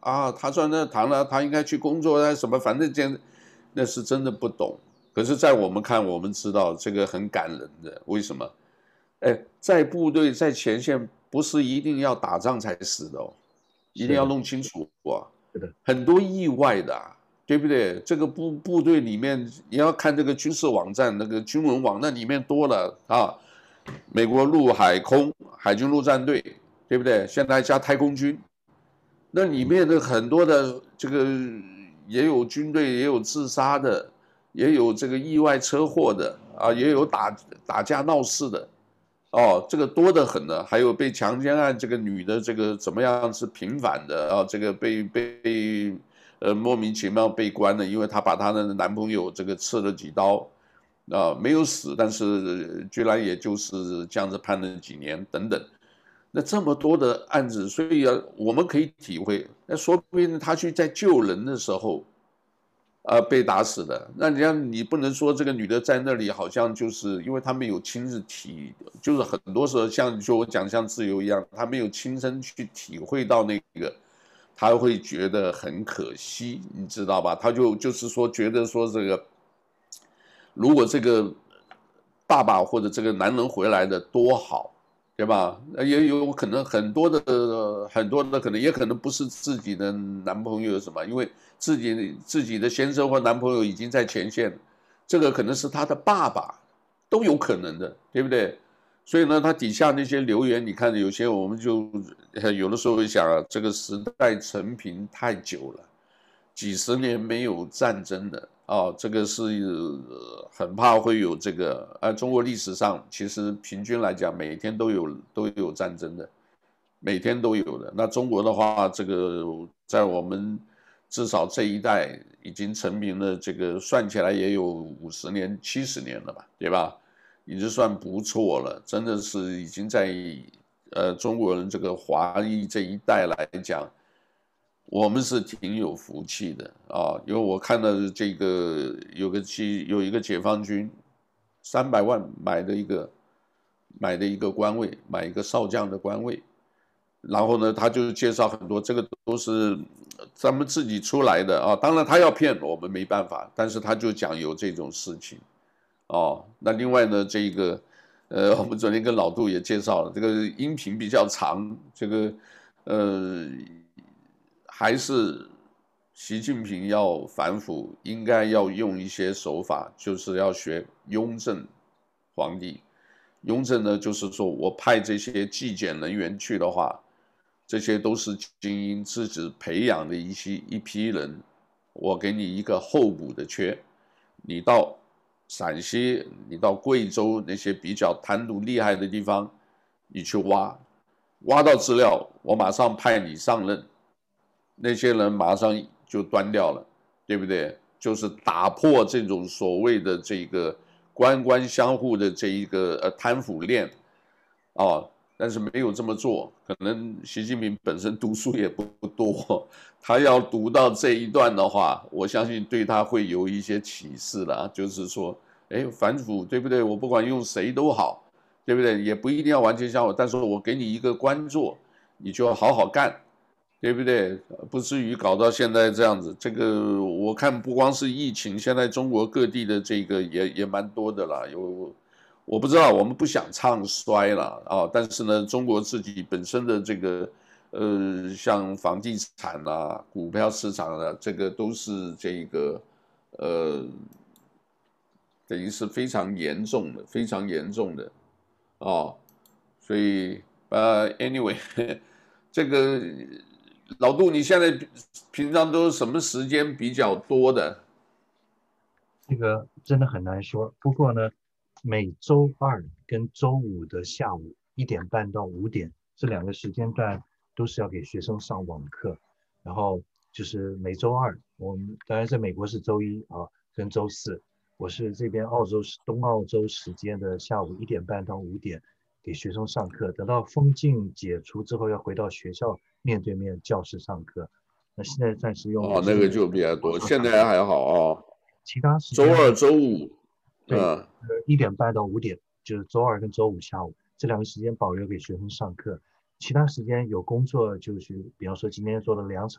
啊，他说那谈了，他应该去工作啊什么，反正这样，那是真的不懂。可是，在我们看，我们知道这个很感人的，为什么？哎，在部队在前线不是一定要打仗才死的哦，一定要弄清楚啊， 是的， 很多意外的啊，对不对？这个部部队里面，你要看这个军事网站那个军文网，那里面多了啊，美国陆海空海军陆战队，对不对？现在还加太空军，那里面的很多的这个也有军队，也有自杀的，也有这个意外车祸的啊，也有打打架闹事的。哦，这个多得很呢，还有被强奸案，这个女的这个怎么样是平反的啊？这个被被呃莫名其妙被关了，因为她把她的男朋友这个刺了几刀，啊没有死，但是居然也就是这样子判了几年等等。那这么多的案子，所以啊，我们可以体会，那说不定他去在救人的时候。呃，被打死的，那你看，你不能说这个女的在那里好像就是因为她没有亲自体，就是很多时候像说我讲像自由一样，她没有亲身去体会到那个，她会觉得很可惜，你知道吧？她就就是说觉得说这个，如果这个爸爸或者这个男人回来的多好，对吧？也有可能很多的很多的可能也可能不是自己的男朋友什么，因为自己自己的先生或男朋友已经在前线，这个可能是他的爸爸，都有可能的，对不对？所以呢，他底下那些留言，你看有些我们就有的时候会想啊，这个时代成平太久了，几十年没有战争的啊，这个是很怕会有这个。呃，中国历史上其实平均来讲，每天都有都有战争的，每天都有的。那中国的话，这个在我们至少这一代已经成名了，这个算起来也有五十年、七十年了吧，对吧？已经算不错了，真的是已经在呃中国人这个华裔这一代来讲。我们是挺有福气的啊，因为我看到这个有个解有一个解放军三百万买的一个买的一个官位，买一个少将的官位，然后呢，他就介绍很多，这个都是咱们自己出来的啊。当然他要骗我们没办法，但是他就讲有这种事情哦。那另外呢，这个呃，我们昨天跟老杜也介绍了，这个音频比较长，这个呃。还是习近平要反腐，应该要用一些手法，就是要学雍正皇帝。雍正呢，就是说我派这些纪检人员去的话，这些都是精英自己培养的一些一批人，我给你一个候补的缺，你到陕西，你到贵州那些比较贪渎厉害的地方，你去挖，挖到资料，我马上派你上任。那些人马上就端掉了，对不对？就是打破这种所谓的这个官官相护的这一个呃贪腐链，哦，但是没有这么做。可能习近平本身读书也不多，他要读到这一段的话，我相信对他会有一些启示了。就是说，哎，反腐对不对？我不管用谁都好，对不对？也不一定要完全像我，但是我给你一个官做，你就要好好干。对不对？不至于搞到现在这样子。这个我看不光是疫情，现在中国各地的这个也也蛮多的啦。有我不知道，我们不想唱衰了啊，但是呢，中国自己本身的这个呃，像房地产啊、股票市场啊，这个都是这个呃，等于是非常严重的，非常严重的哦。所以呃，anyway，这个。老杜，你现在平常都是什么时间比较多的？ 这个真的很难说。不过呢，每周二跟周五的下午一点半到五点这两个时间段都是要给学生上网课。然后就是每周二，我们当然在美国是周一啊跟周四，我是这边澳洲东澳洲时间的下午一点半到五点给学生上课。等到封禁解除之后，要回到学校面对面教室上课。那现在暂时用哦，那个就比较多，现在还好哦。 其他时间周二、周五， 对， 嗯， 一点半到五点，就是周二跟周五下午这两个时间保留给学生上课。其他时间有工作，就是比方说今天做了两场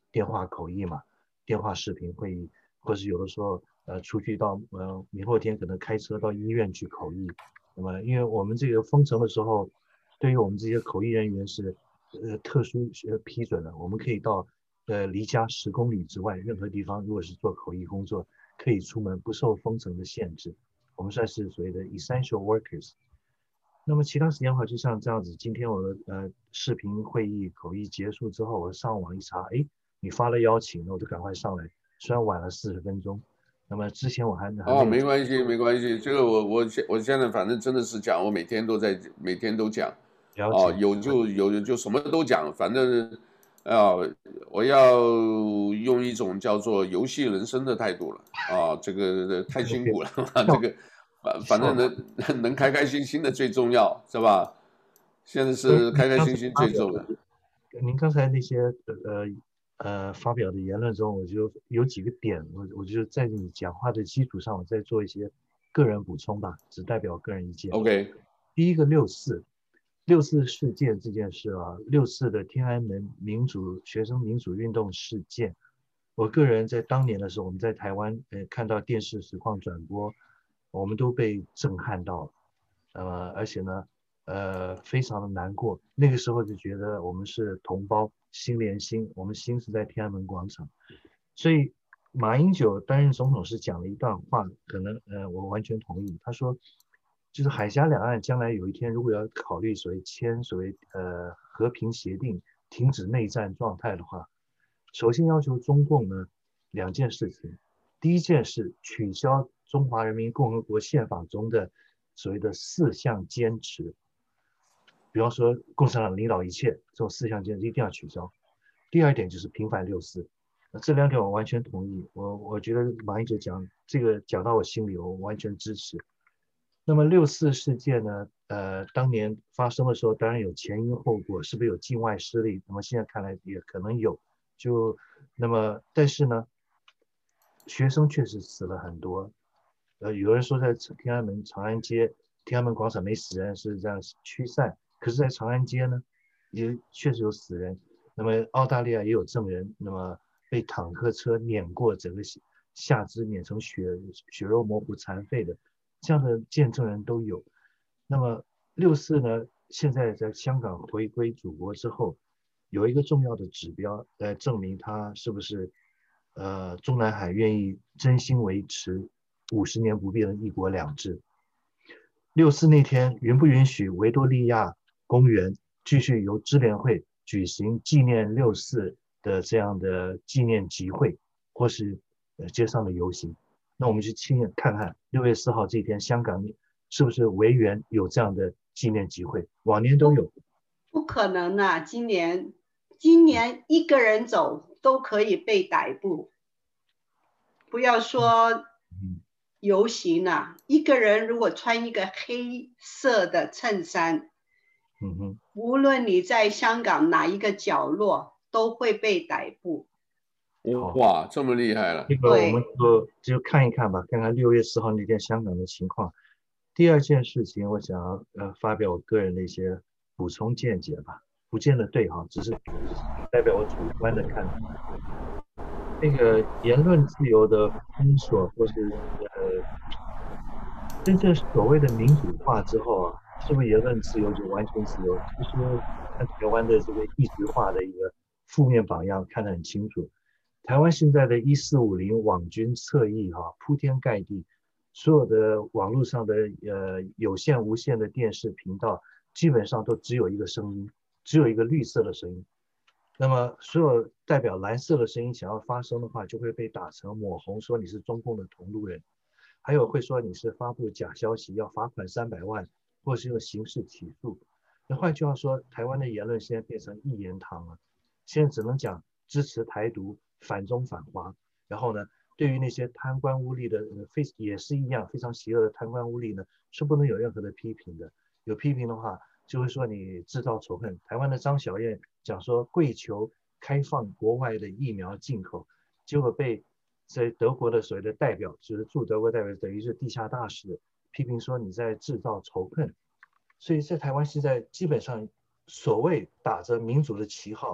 电话口译嘛，电话视频会议，或是有的时候呃出去到呃明后天可能开车到医院去口译。那么因为我们这个封城的时候，对于我们这些口译人员是呃特殊呃批准的，我们可以到呃离家十公里之外任何地方，如果是做口译工作，可以出门不受封城的限制。我们算是所谓的 essential workers。那么其他时间的话，就像这样子，今天我的呃视频会议口译结束之后，我上网一查，哎，你发了邀请，那我就赶快上来，虽然晚了四十分钟。那么之前我还还哦， 没有没关系，没关系。这个我我现我现在反正真的是讲，我每天都在，每天都讲。哦， 了解。 有就有就什么都讲，反正，啊，我要用一种叫做游戏人生的态度了。啊，这个太辛苦了，这个反反正能能开开心心的最重要，是吧？现在是开开心心最重要。 您刚才那些呃呃发表的言论中，我就有几个点，我我就在你讲话的基础上，我再做一些个人补充吧，只代表个人意见。 OK。 第一个六四，六四事件这件事啊，六四的天安门民主学生民主运动事件，我个人在当年的时候，我们在台湾呃看到电视实况转播，我们都被震撼到了，呃，而且呢。呃，非常的难过。那个时候就觉得我们是同胞，心连心，我们心是在天安门广场。所以马英九担任总统时讲了一段话，可能呃我完全同意。他说，就是海峡两岸将来有一天如果要考虑所谓签所谓呃和平协定，停止内战状态的话，首先要求中共呢两件事情。第一件是取消中华人民共和国宪法中的所谓的四项坚持。比方说共产党领导一切这种四项坚持一定要取消。第二点就是平反六四，这两点我完全同意。我我觉得马英九讲这个讲到我心里，我完全支持。那么六四事件呢，呃，当年发生的时候，当然有前因后果，是不是有境外势力？那么现在看来也可能有。就那么，但是呢，学生确实死了很多。呃，有人说在天安门长安街、天安门广场没死人，是这样驱散。可是，在长安街呢，也确实有死人。那么，澳大利亚也有证人，那么被坦克车碾过，整个下肢碾成血血肉模糊、残废的，这样的见证人都有。那么六四呢，现在在香港回归祖国之后，有一个重要的指标来证明它是不是呃中南海愿意真心维持五十年不变的一国两制。六四那天允不允许维多利亚公园继续由支联会举行纪念六四的这样的纪念集会，或是呃街上的游行？那我们去亲眼看看六月四号这天香港是不是维园有这样的纪念集会？往年都有。 不可能啊！今年今年一个人走都可以被逮捕，不要说游行了、啊，一个人如果穿一个黑色的衬衫， 嗯哼， 无论你在香港哪一个角落，都会被逮捕。 哇，这么厉害了！ 这个我们就就看一看吧，看看六月四号那天香港的情况。第二件事情，我想要呃发表我个人的一些补充见解吧，不见得对哈，只是代表我主观的看法。那个言论自由的封锁，或是呃真正所谓的民主化之后啊，是不是言论自由就完全自由？其实看台湾的这个一极化的一个负面榜样看得很清楚。台湾现在的一四五零网军侧翼哈、啊，铺天盖地，所有的网络上的呃有线无线的电视频道，基本上都只有一个声音，只有一个绿色的声音。那么所有代表蓝色的声音想要发声的话，就会被打成抹红，说你是中共的同路人。还有会说你是发布假消息要罚款三百万，或是用刑事起诉。那换句话说，台湾的言论现在变成一言堂了，现在只能讲支持台独、反中反华。然后呢，对于那些贪官污吏的，呃，非也是一样非常邪恶的贪官污吏呢，是不能有任何的批评的。有批评的话，就会说你制造仇恨。台湾的张小燕讲说跪求开放国外的疫苗进口，结果被在德国的所谓的代表，就是驻德国代表，等于是地下大使，批评说你在制造仇恨。所以在台湾现在基本上所谓打着民主的旗号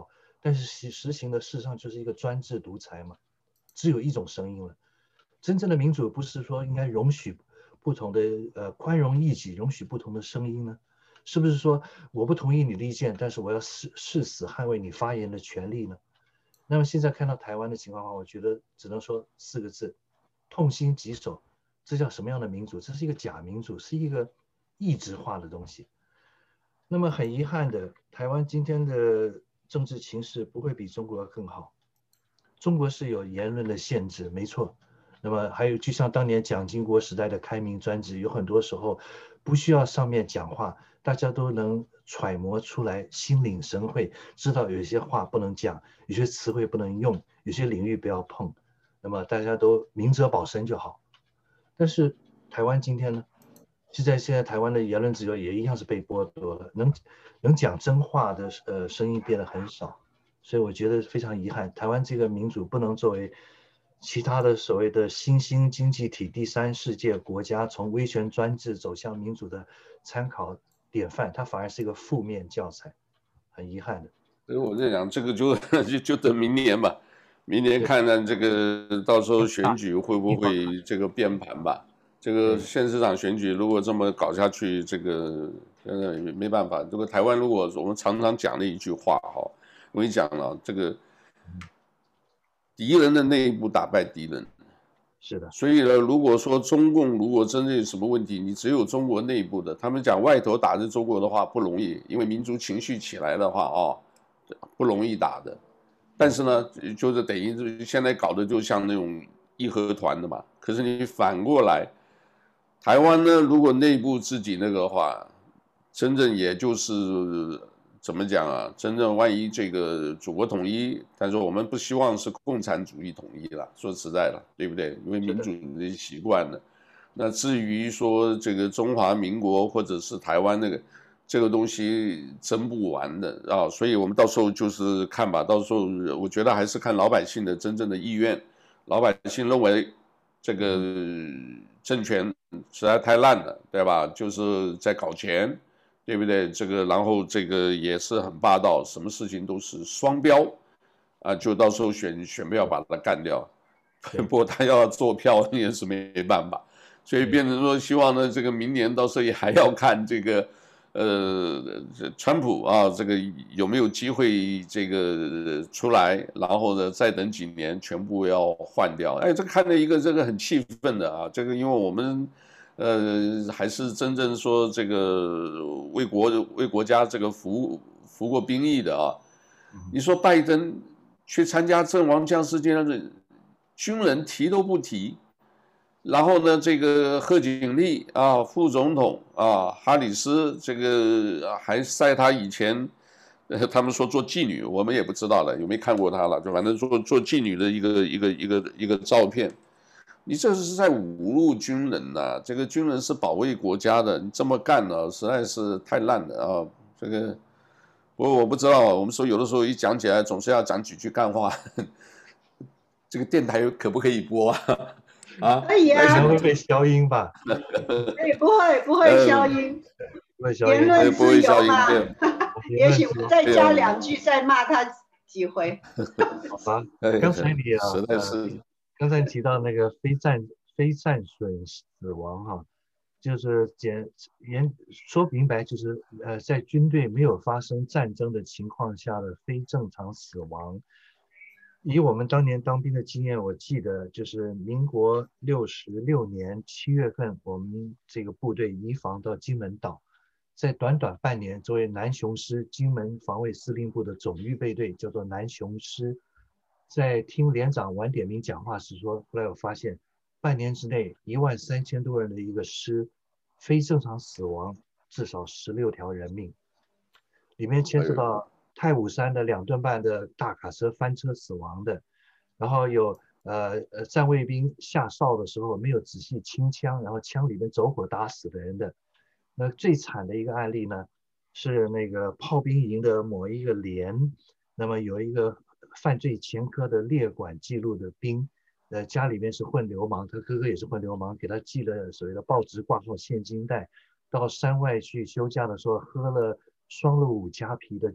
但是实实行的事实上就是一个专制独裁嘛，只有一种声音了。真正的民主不是说应该容许不同的呃宽容异己，容许不同的声音呢？是不是说我不同意你的意见，但是我要誓誓死捍卫你发言的权利呢？那么现在看到台湾的情况的话，我觉得只能说四个字：痛心疾首。这叫什么样的民主？这是一个假民主，是一个意志化的东西。那么很遗憾的，台湾今天的政治情势不会比中国更好。中国是有言论的限制，没错。那么还有，就像当年蒋经国时代的开明专制，有很多时候不需要上面讲话，大家都能揣摩出来，心领神会，知道有些话不能讲，有些词汇不能用，有些领域不要碰。那么大家都明哲保身就好。但是台湾今天呢？现在现在台湾的言论自由也一样是被剥夺了，能能讲真话的呃声音变得很少，所以我觉得非常遗憾，台湾这个民主不能作为其他的所谓的新兴经济体第三世界国家从威权专制走向民主的参考典范，它反而是一个负面教材，很遗憾的。 所以我在讲这个就就就等明年吧，明年看看这个到时候选举会不会这个变盘吧。这个县市长选举如果这么搞下去，这个呃没办法。这个台湾如果我们常常讲的一句话哈，我跟你讲了，这个敌人的内部打败敌人。 是的。 所以呢，如果说中共如果真的有什么问题，你只有中国内部的，他们讲外头打着中国的话不容易，因为民族情绪起来的话啊、哦，不容易打的。但是呢，就是等于现在搞得就像那种义和团的嘛。可是你反过来，台湾呢，如果内部自己那个话，真正也就是怎么讲啊？真正万一这个祖国统一，但是我们不希望是共产主义统一了。说实在的，对不对？因为民主的习惯了。那至于说这个中华民国或者是台湾那个这个东西争不完的啊，所以我们到时候就是看吧。到时候我觉得还是看老百姓的真正的意愿。老百姓认为这个政权实在太烂了，对吧？就是在搞钱。对不对？这个，然后这个也是很霸道，什么事情都是双标，啊，就到时候选选票把他干掉。不过他要做票也是没办法，所以变成说，希望呢，这个明年到时候也还要看这个，呃，川普啊，这个有没有机会这个出来，然后呢，再等几年全部要换掉。哎，这看了一个这个很气愤的啊，这个因为我们。呃，还是真正说这个为国为国家这个服服过兵役的啊。你说拜登去参加阵亡将士纪念日，军人提都不提。然后呢，这个贺锦丽啊，副总统啊，哈里斯这个还晒他以前，呃，他们说做妓女，我们也不知道了，有没有看过他了？就反正做做妓女的一个一个一个一个照片。你这是在侮辱军人呐、啊！这个军人是保卫国家的，你这么干呢、啊，实在是太烂了啊！这个，我我不知道，我们说有的时候一讲起来，总是要讲几句干话。这个电台可不可以播啊？啊？ 可以啊， 可能会被消音吧？ 可以，不会不会消音， 不会消音， 言论自由嘛。也许我再加对两句，再骂他几回。 好吧，刚才你啊， 实在是。 呃刚才提到那个非战非战损死亡哈，就是简言说明白，就是呃在军队没有发生战争的情况下的非正常死亡。以我们当年当兵的经验，我记得就是民国六十六年七月份，我们这个部队移防到金门岛，在短短半年，作为南雄师金门防卫司令部的总预备队，叫做南雄师。在听连长晚点名讲话时说，后来我发现，半年之内一万三千多人的一个师，非正常死亡至少十六条人命，里面牵涉到太武山的两吨半的大卡车翻车死亡的，然后有呃呃站卫兵下哨的时候没有仔细清枪，然后枪里面走火打死的人的。那最惨的一个案例呢，是那个炮兵营的某一个连，那么有一个犯罪前科的列管记录的兵，呃，家里面是混流氓，他哥哥也是混流氓，给他寄了所谓的报纸挂号现金袋，到山外去休假的时候喝了双鹿五加啤的酒，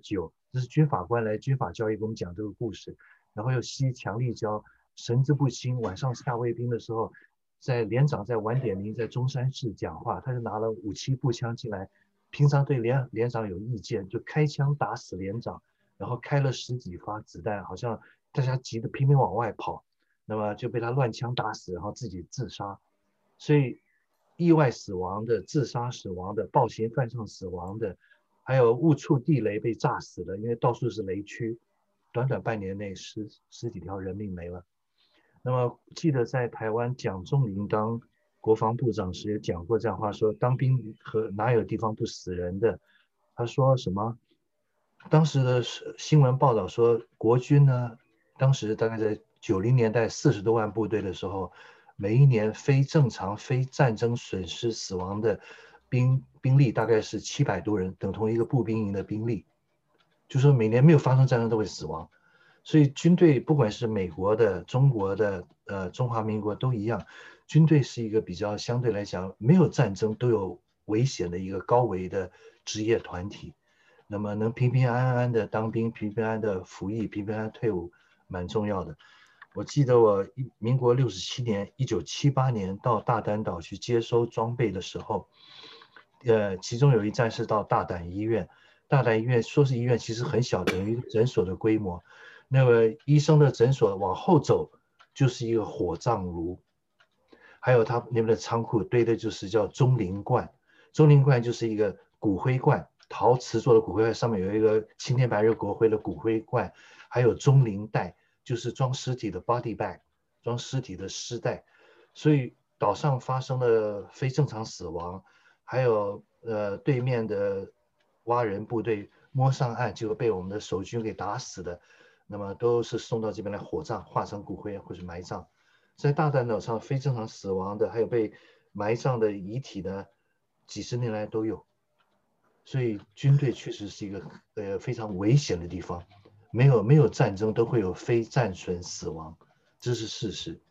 这是军法官来军法教育给我们讲这个故事，然后又吸强力胶，神志不清，晚上下卫兵的时候，在连长在晚点名在中山市讲话，他就拿了五七步枪进来，平常对连连长有意见，就开枪打死连长，然后开了十几发子弹，好像大家急得拼命往外跑，那么就被他乱枪打死，然后自己自杀。所以意外死亡的、自杀死亡的、暴行犯上死亡的，还有误触地雷被炸死的，因为到处是雷区，短短半年内十十几条人命没了。那么记得在台湾蒋中麟当国防部长时也讲过这样话，说当兵和哪有地方不死人的？他说什么？当时的新闻报道说，国军呢，当时大概在九零年代四十多万部队的时候，每一年非正常、非战争损失死亡的兵兵力大概是七百多人，等同一个步兵营的兵力。就说每年没有发生战争都会死亡，所以军队不管是美国的、中国的、呃中华民国都一样，军队是一个比较相对来讲没有战争都有危险的一个高危的职业团体。那么能平平安安的当兵，平平安安的服役，平平安安退伍，蛮重要的。我记得我民国六十七年，一九七八年到大丹岛去接收装备的时候，呃，其中有一站是到大胆医院。大胆医院说是医院，其实很小，等于诊所的规模。那么医生的诊所往后走就是一个火葬炉，还有他那边的仓库堆的就是叫钟灵罐，钟灵罐就是一个骨灰罐。陶瓷做的骨灰罐，上面有一个青天白日国徽的骨灰罐，还有钟灵袋，就是装尸体的 body bag， 装尸体的尸袋。所以岛上发生了非正常死亡，还有呃对面的蛙人部队摸上岸就被我们的守军给打死的，那么都是送到这边来火葬，化成骨灰或是埋葬。在大丹岛上非正常死亡的，还有被埋葬的遗体呢，几十年来都有。所以军队确实是一个呃非常危险的地方，没有没有战争都会有非战损死亡，这是事实。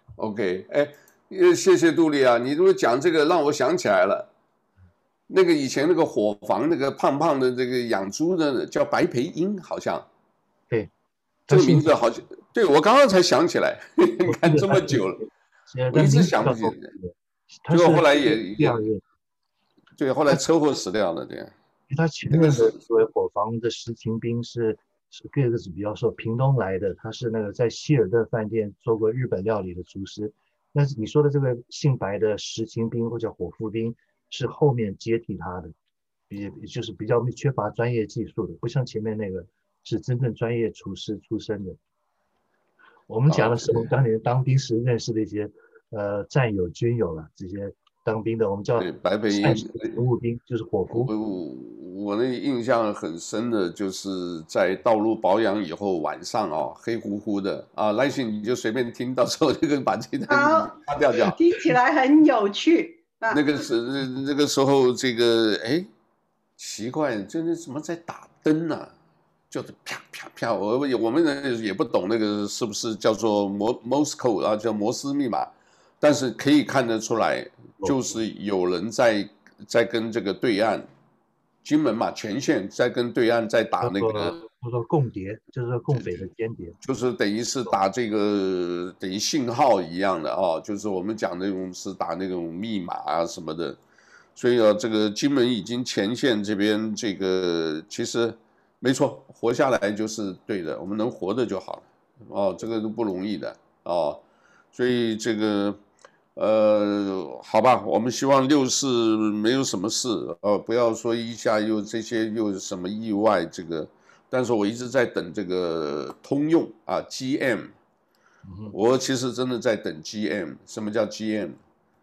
OK， 哎，谢谢杜丽啊，你如果讲这个让我想起来了，那个以前那个伙房那个胖胖的这个养猪的叫白培英，好像， 对， 这个名字好像，对我刚刚才想起来，看这么久了，我一直想不起来，结果后来也也。对，后来车祸死掉了，对。 他前面的作为伙房的实勤兵是是个个是比较受屏东来的，他是那个在希尔顿饭店做过日本料理的厨师。但是你说的这个姓白的实勤兵或者伙夫兵是后面接替他的，比就是比较缺乏专业技术的，不像前面那个是真正专业厨师出身的。我们讲的是我们当年当兵时认识的一些呃战友军友了，这些。当兵的我们叫白培英服务兵，就是伙夫。 我我那印象很深的就是在道路保养以后晚上哦，黑乎乎的啊，来信你就随便听，到时候这个把这段擦掉掉， 听起来很有趣。 那个是那个时候这个哎奇怪，这是怎么在打灯啊？就是啪啪啪，我我们人也不懂那个是不是叫做摩 Morse code 啊，叫摩斯密码。但是可以看得出来，就是有人在在跟这个对岸，金门嘛，前线在跟对岸在打那个， 叫做共谍，就是说共匪的间谍， 就是等于是打这个等于信号一样的哦，就是我们讲那种是打那种密码啊什么的，所以啊，这个金门已经前线这边这个其实没错，活下来就是对的，我们能活着就好了哦，这个都不容易的哦，所以这个。呃，好吧，我们希望六四没有什么事，呃，不要说一下又这些又什么意外，这个，但是我一直在等这个通用啊 ，G M， 我其实真的在等 G M， 什么叫 G M？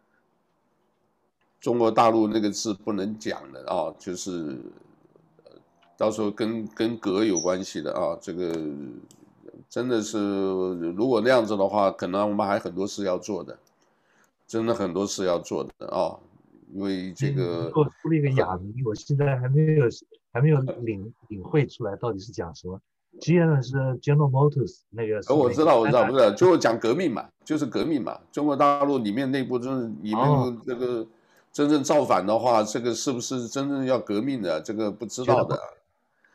中国大陆那个字不能讲的啊，就是到时候跟跟格有关系的啊，这个真的是如果那样子的话，可能我们还很多事要做的。真的很多事要做的啊、哦，因为这个做出了一个哑谜，我现在还没有还没有领领会出来到底是讲什么。G M 是 General Motors 那个， 我知道我知道，不是就讲革命嘛，就是革命嘛。中国大陆里面内部就是里面这个真正造反的话，这个是不是真正要革命的？这个不知道的。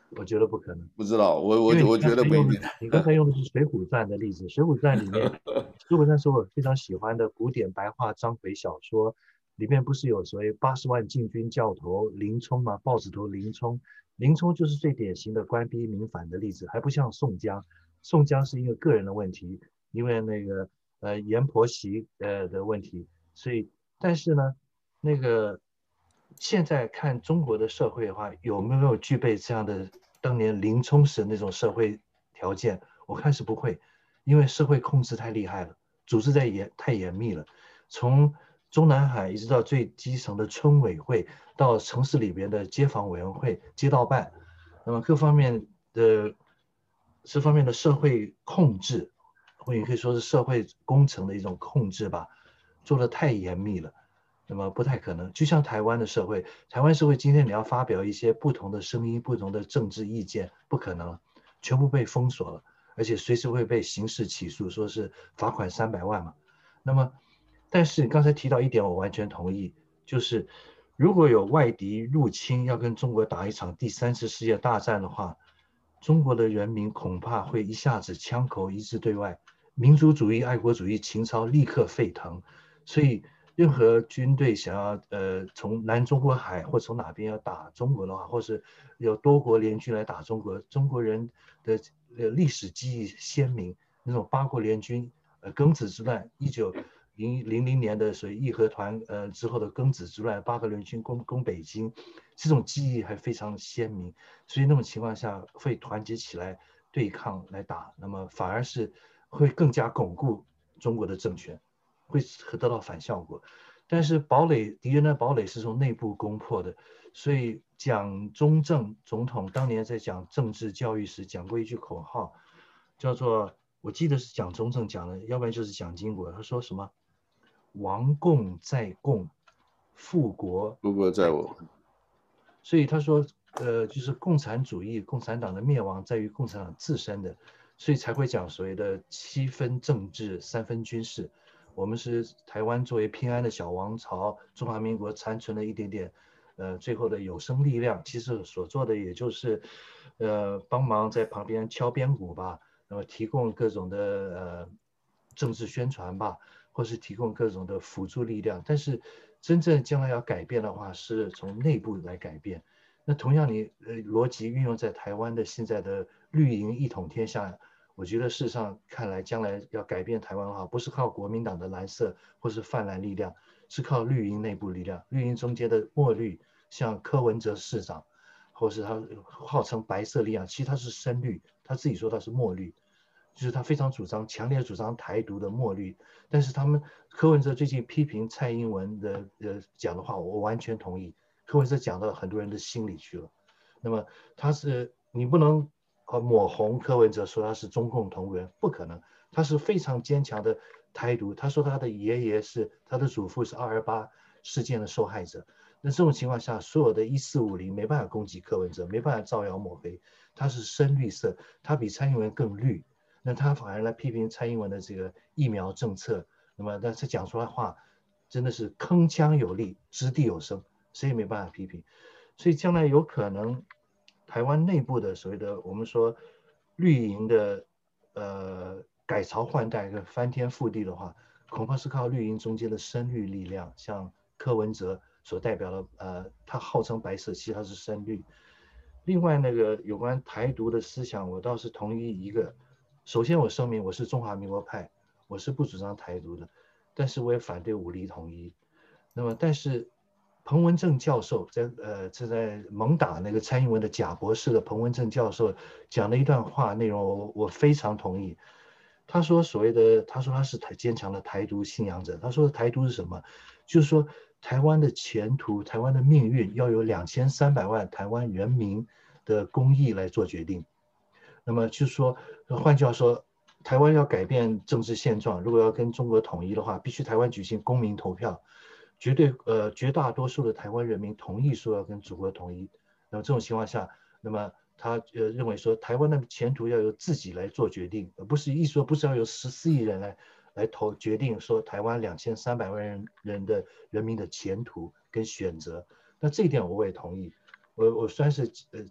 我觉得不可能。 不知道，我我因为你我刚才用的觉得不一定。 你刚才用的是《水浒传》的例子，《水浒传》里面，《水浒传》是我非常喜欢的古典白话章回小说，里面不是有所谓八十万禁军教头林冲吗？豹子头林冲，林冲就是最典型的官逼民反的例子，还不像宋江，宋江是因为个人的问题，因为那个呃阎婆惜呃的问题，所以但是呢，那个现在看中国的社会的话，有没有具备这样的当年林冲时那种社会条件？我看是不会，因为社会控制太厉害了，组织在严太严密了，从中南海一直到最基层的村委会，到城市里边的街坊委员会、街道办，那么各方面的这方面的社会控制，或也可以说是社会工程的一种控制吧，做得太严密了。那么不太可能，就像台湾的社会，台湾社会今天你要发表一些不同的声音、不同的政治意见，不可能，全部被封锁了，而且随时会被刑事起诉，说是罚款三百万嘛。那么，但是刚才提到一点，我完全同意，就是如果有外敌入侵，要跟中国打一场第三次世界大战的话，中国的人民恐怕会一下子枪口一致对外，民族主义、爱国主义情操立刻沸腾，所以。任何军队想要呃从南中国海或从哪边要打中国的话，或是有多国联军来打中国，中国人的呃历史记忆鲜明，那种八国联军呃庚子之乱，一九零零零年的所谓义和团呃之后的庚子之乱，八国联军攻攻北京，这种记忆还非常鲜明，所以那种情况下会团结起来对抗来打，那么反而是会更加巩固中国的政权。会得到反效果，但是堡垒敌人的堡垒是从内部攻破的，所以蒋中正总统当年在讲政治教育时讲过一句口号，叫做我记得是蒋中正讲的，要不然就是蒋经国，他说什么亡共在共，富国富国在我。 所以他说呃就是共产主义共产党的灭亡在于共产党自身的，所以才会讲所谓的七分政治三分军事。我们是台湾作为平安的小王朝，中华民国残存了一点点，呃，最后的有生力量，其实所做的也就是，呃，帮忙在旁边敲边鼓吧，那么提供各种的呃政治宣传吧，或是提供各种的辅助力量。但是真正将来要改变的话，是从内部来改变。那同样你呃逻辑运用在台湾的现在的绿营一统天下。我觉得事实上看来，将来要改变台湾的话，不是靠国民党的蓝色或是泛蓝力量，是靠绿营内部力量。绿营中间的墨绿，像柯文哲市长，或是他号称白色力量，其实他是深绿，他自己说他是墨绿，就是他非常主张、强烈主张台独的墨绿。但是他们柯文哲最近批评蔡英文的呃讲的话，我完全同意。柯文哲讲到很多人的心里去了。那么他是你不能。抹红柯文哲说他是中共同路人，不可能，他是非常坚强的台独。他说他的爷爷是他的祖父是二二八事件的受害者。那这种情况下，所有的一四五零没办法攻击柯文哲，没办法造谣抹黑。他是深绿色，他比蔡英文更绿。那他反而来批评蔡英文的这个疫苗政策。那么，但是讲出来话真的是铿锵有力，掷地有声，谁也没办法批评。所以将来有可能。台湾内部的所谓的我们说绿营的呃改朝换代跟翻天覆地的话，恐怕是靠绿营中间的深绿力量，像柯文哲所代表的呃，他号称白色，其实他是深绿。另外那个有关台独的思想，我倒是同意一个。首先我声明我是中华民国派，我是不主张台独的，但是我也反对武力统一。那么但是。彭文正教授在呃，这在猛打那个蔡英文的贾博士的彭文正教授讲了一段话，内容我我非常同意。他说所谓的，他说他是台坚强的台独信仰者。他说的台独是什么？就是说台湾的前途、台湾的命运要有两千三百万台湾人民的公益来做决定。那么就是说，换句话说，台湾要改变政治现状，如果要跟中国统一的话，必须台湾举行公民投票。绝对呃绝大多数的台湾人民同意说要跟祖国统一，那么这种情况下，那么他呃认为说台湾的前途要由自己来做决定，而不是一说不是要由十四亿人来来投决定说台湾两千三百万人人的人民的前途跟选择。那这一点我也同意，我我算是呃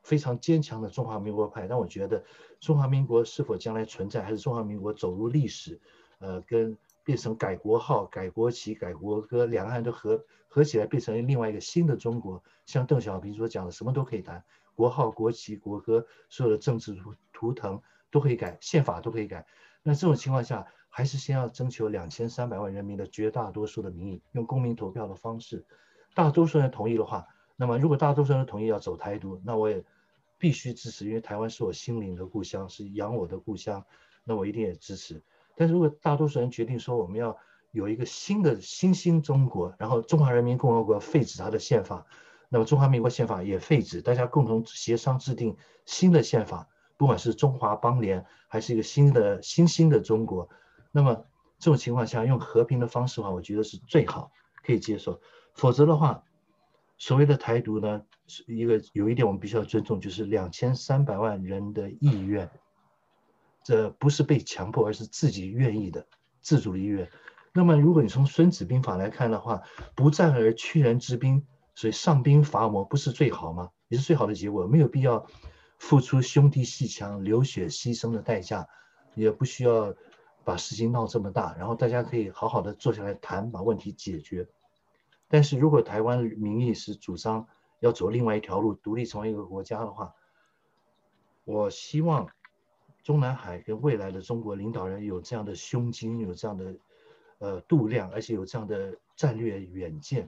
非常坚强的中华民国派，但我觉得中华民国是否将来存在，还是中华民国走入历史，呃，跟变成改国号、改国旗、改国歌，两岸都合合起来变成另外一个新的中国。像邓小平所讲的，什么都可以谈，国号、国旗、国歌，所有的政治图图腾都可以改，宪法都可以改。那这种情况下，还是先要征求两千三百万人民的绝大多数的民意，用公民投票的方式，大多数人同意的话，那么如果大多数人同意要走台独，那我也必须支持，因为台湾是我心灵的故乡，是养我的故乡，那我一定也支持。但是如果大多数人决定说我们要有一个新的新兴中国，然后中华人民共和国废止它的宪法，那么中华民国宪法也废止，大家共同协商制定新的宪法，不管是中华邦联还是一个新的新兴的中国，那么这种情况下用和平的方式的话，我觉得是最好可以接受。否则的话，所谓的台独呢，一个有一点我们必须要尊重，就是两千三百万人的意愿，这不是被强迫，而是自己愿意的自主的意愿。那么如果你从孙子兵法来看的话，不战而屈人之兵，所以上兵伐谋，不是最好吗？也是最好的结果，没有必要付出兄弟阋墙流血牺牲的代价，也不需要把事情闹这么大，然后大家可以好好的坐下来谈，把问题解决。但是如果台湾民意是主张要走另外一条路，独立成为一个国家的话，我希望中南海跟未来的中国领导人有这样的胸襟，有这样的呃度量，而且有这样的战略远见。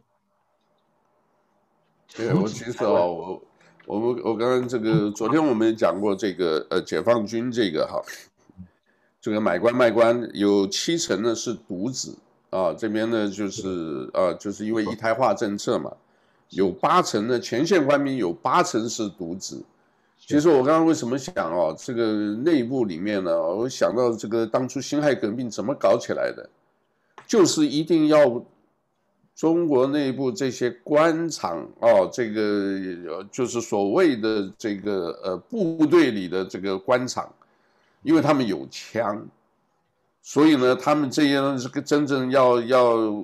对，我其实啊，我我们我刚刚这个昨天我们讲过这个呃解放军这个哈，这个买官卖官有七成呢是独子啊，这边呢就是啊就是因为一胎化政策嘛，有八成呢前线官兵有八成是独子。其实我刚刚为什么想哦，这个内部里面呢，我想到这个当初辛亥革命怎么搞起来的，就是一定要中国内部这些官场哦，这个就是所谓的这个呃部队里的这个官场，因为他们有枪，所以呢，他们这些这个真正要要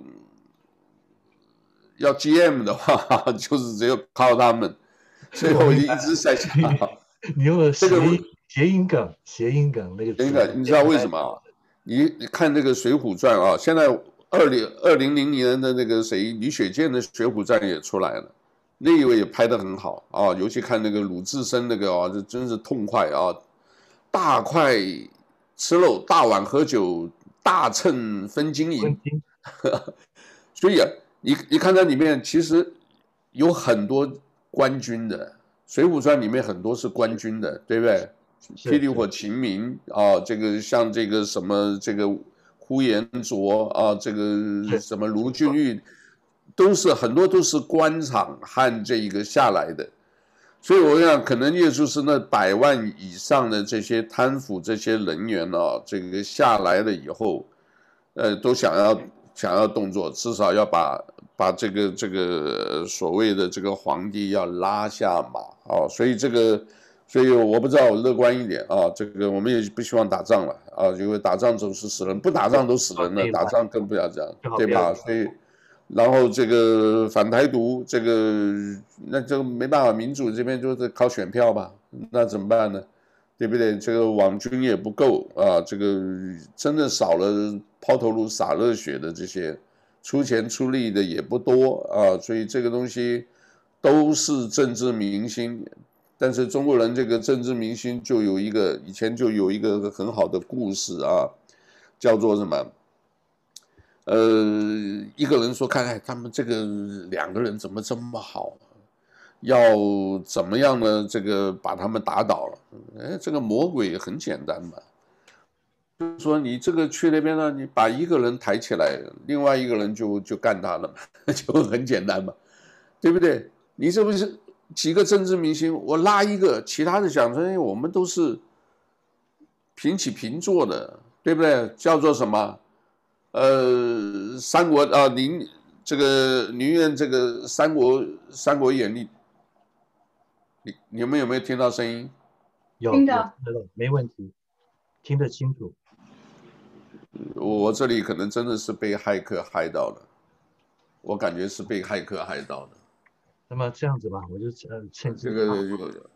要 G M 的话，就是只有靠他们。所以我一直在想， 你用了谐音谐音梗，谐音梗那个谐音梗，你知道为什么啊？你你看这个《水浒传》啊，现在二零二零零年的那个谁李雪健的《水浒传》也出来了，那一位也拍得很好啊，尤其看那个鲁智深那个啊，这真是痛快啊！大块吃肉，大碗喝酒，大秤分金银。所以啊，你你看它里面其实有很多官军的，《水浒传》里面很多是官军的，对不对？霹雳火秦明啊，这个像这个什么这个呼延灼啊，这个什么卢俊义，都是很多都是官场和这个下来的。所以我想，可能也就是那百万以上的这些贪腐这些人员啊，这个下来了以后，呃，都想要想要动作，至少要把把这个这个所谓的这个皇帝要拉下马啊。所以这个，所以我不知道，我乐观一点啊。这个我们也不希望打仗了啊，因为打仗总是死人，不打仗都死人了，打仗更不要这样，对吧？所以。然后这个反台独，这个那就没办法，民主这边就是靠选票吧，那怎么办呢？对不对？这个网军也不够啊，这个真的少了抛头颅洒热血的这些，出钱出力的也不多啊，所以这个东西都是政治明星。但是中国人这个政治明星就有一个，以前就有一个很好的故事啊，叫做什么？呃，一个人说：“看看他们这个两个人怎么这么好，要怎么样呢？这个把他们打倒了。哎，这个魔鬼很简单嘛，就是说你这个去那边呢，你把一个人抬起来，另外一个人就就干他了嘛，就很简单嘛，对不对？你这不是几个政治明星，我拉一个，其他的讲说，哎，我们都是平起平坐的，对不对？叫做什么？”呃，三国啊，您这个宁愿这个三国《三国演义》，你你们有没有听到声音？ 有，听到，没问题，听得清楚。 我这里可能真的是被骇客害到了，我感觉是被骇客害到的。 那么这样子吧，我就呃趁机这个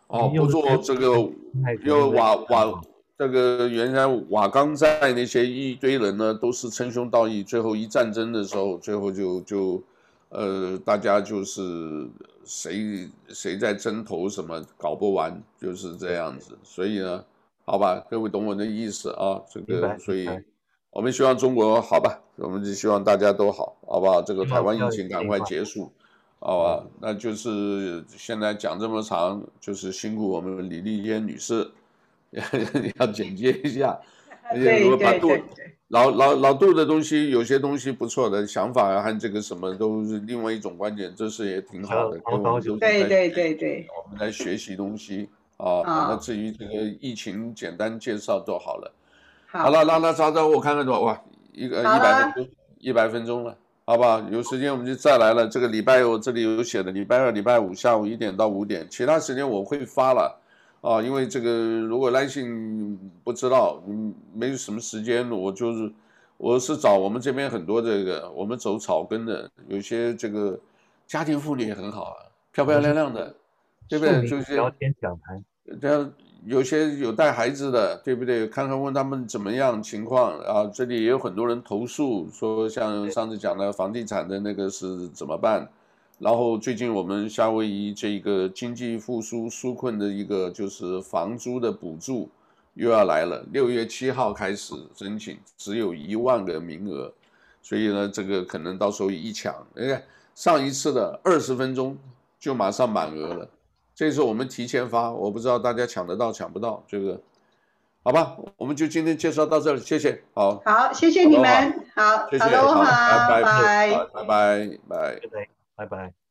哦，不做这个，因为瓦瓦这个原来瓦岗寨那些一堆人呢，都是称兄道义，最后一战争的时候，最后就就，呃，大家就是谁谁在争头什么搞不完，就是这样子。所以呢，好吧，各位懂我的意思啊，这个所以。我们希望中国好吧，我们就希望大家都好，好不好？这个台湾疫情赶快结束，好吧？那就是现在讲这么长，就是辛苦我们李丽娟女士，要简介一下。 对对对对。 老老老杜的东西，有些东西不错的想法和这个什么都是另外一种观点，这是也挺好的。 对对对对。 我们来学习东西啊。那至于这个疫情简单介绍就好了。好了，那那稍等，我看看多少哇，一个一百分钟，一百分钟了，好不好？有时间我们就再来了。这个礼拜我这里有写的，礼拜二、礼拜五下午一点到五点，其他时间我会发了啊。因为这个如果来信不知道，嗯，没有什么时间，我就是我是找我们这边很多这个，我们走草根的，有些这个家庭妇女也很好啊，漂漂亮亮的，对不对？就是聊天讲坛， 这样。有些有带孩子的，对不对？看看问他们怎么样情况啊？这里也有很多人投诉说，像上次讲的房地产的那个是怎么办？然后最近我们夏威夷这个经济复苏纾困的一个就是房租的补助又要来了，六月七号开始申请，只有一万个名额，所以呢，这个可能到时候一抢，哎，上一次的二十分钟就马上满额了。这是我们提前发，我不知道大家抢得到抢不到这个，好吧？我们就今天介绍到这里，谢谢。好， 好，谢谢你们，好， 谢谢， 好， 好，拜拜， 拜拜拜，拜拜， 拜拜。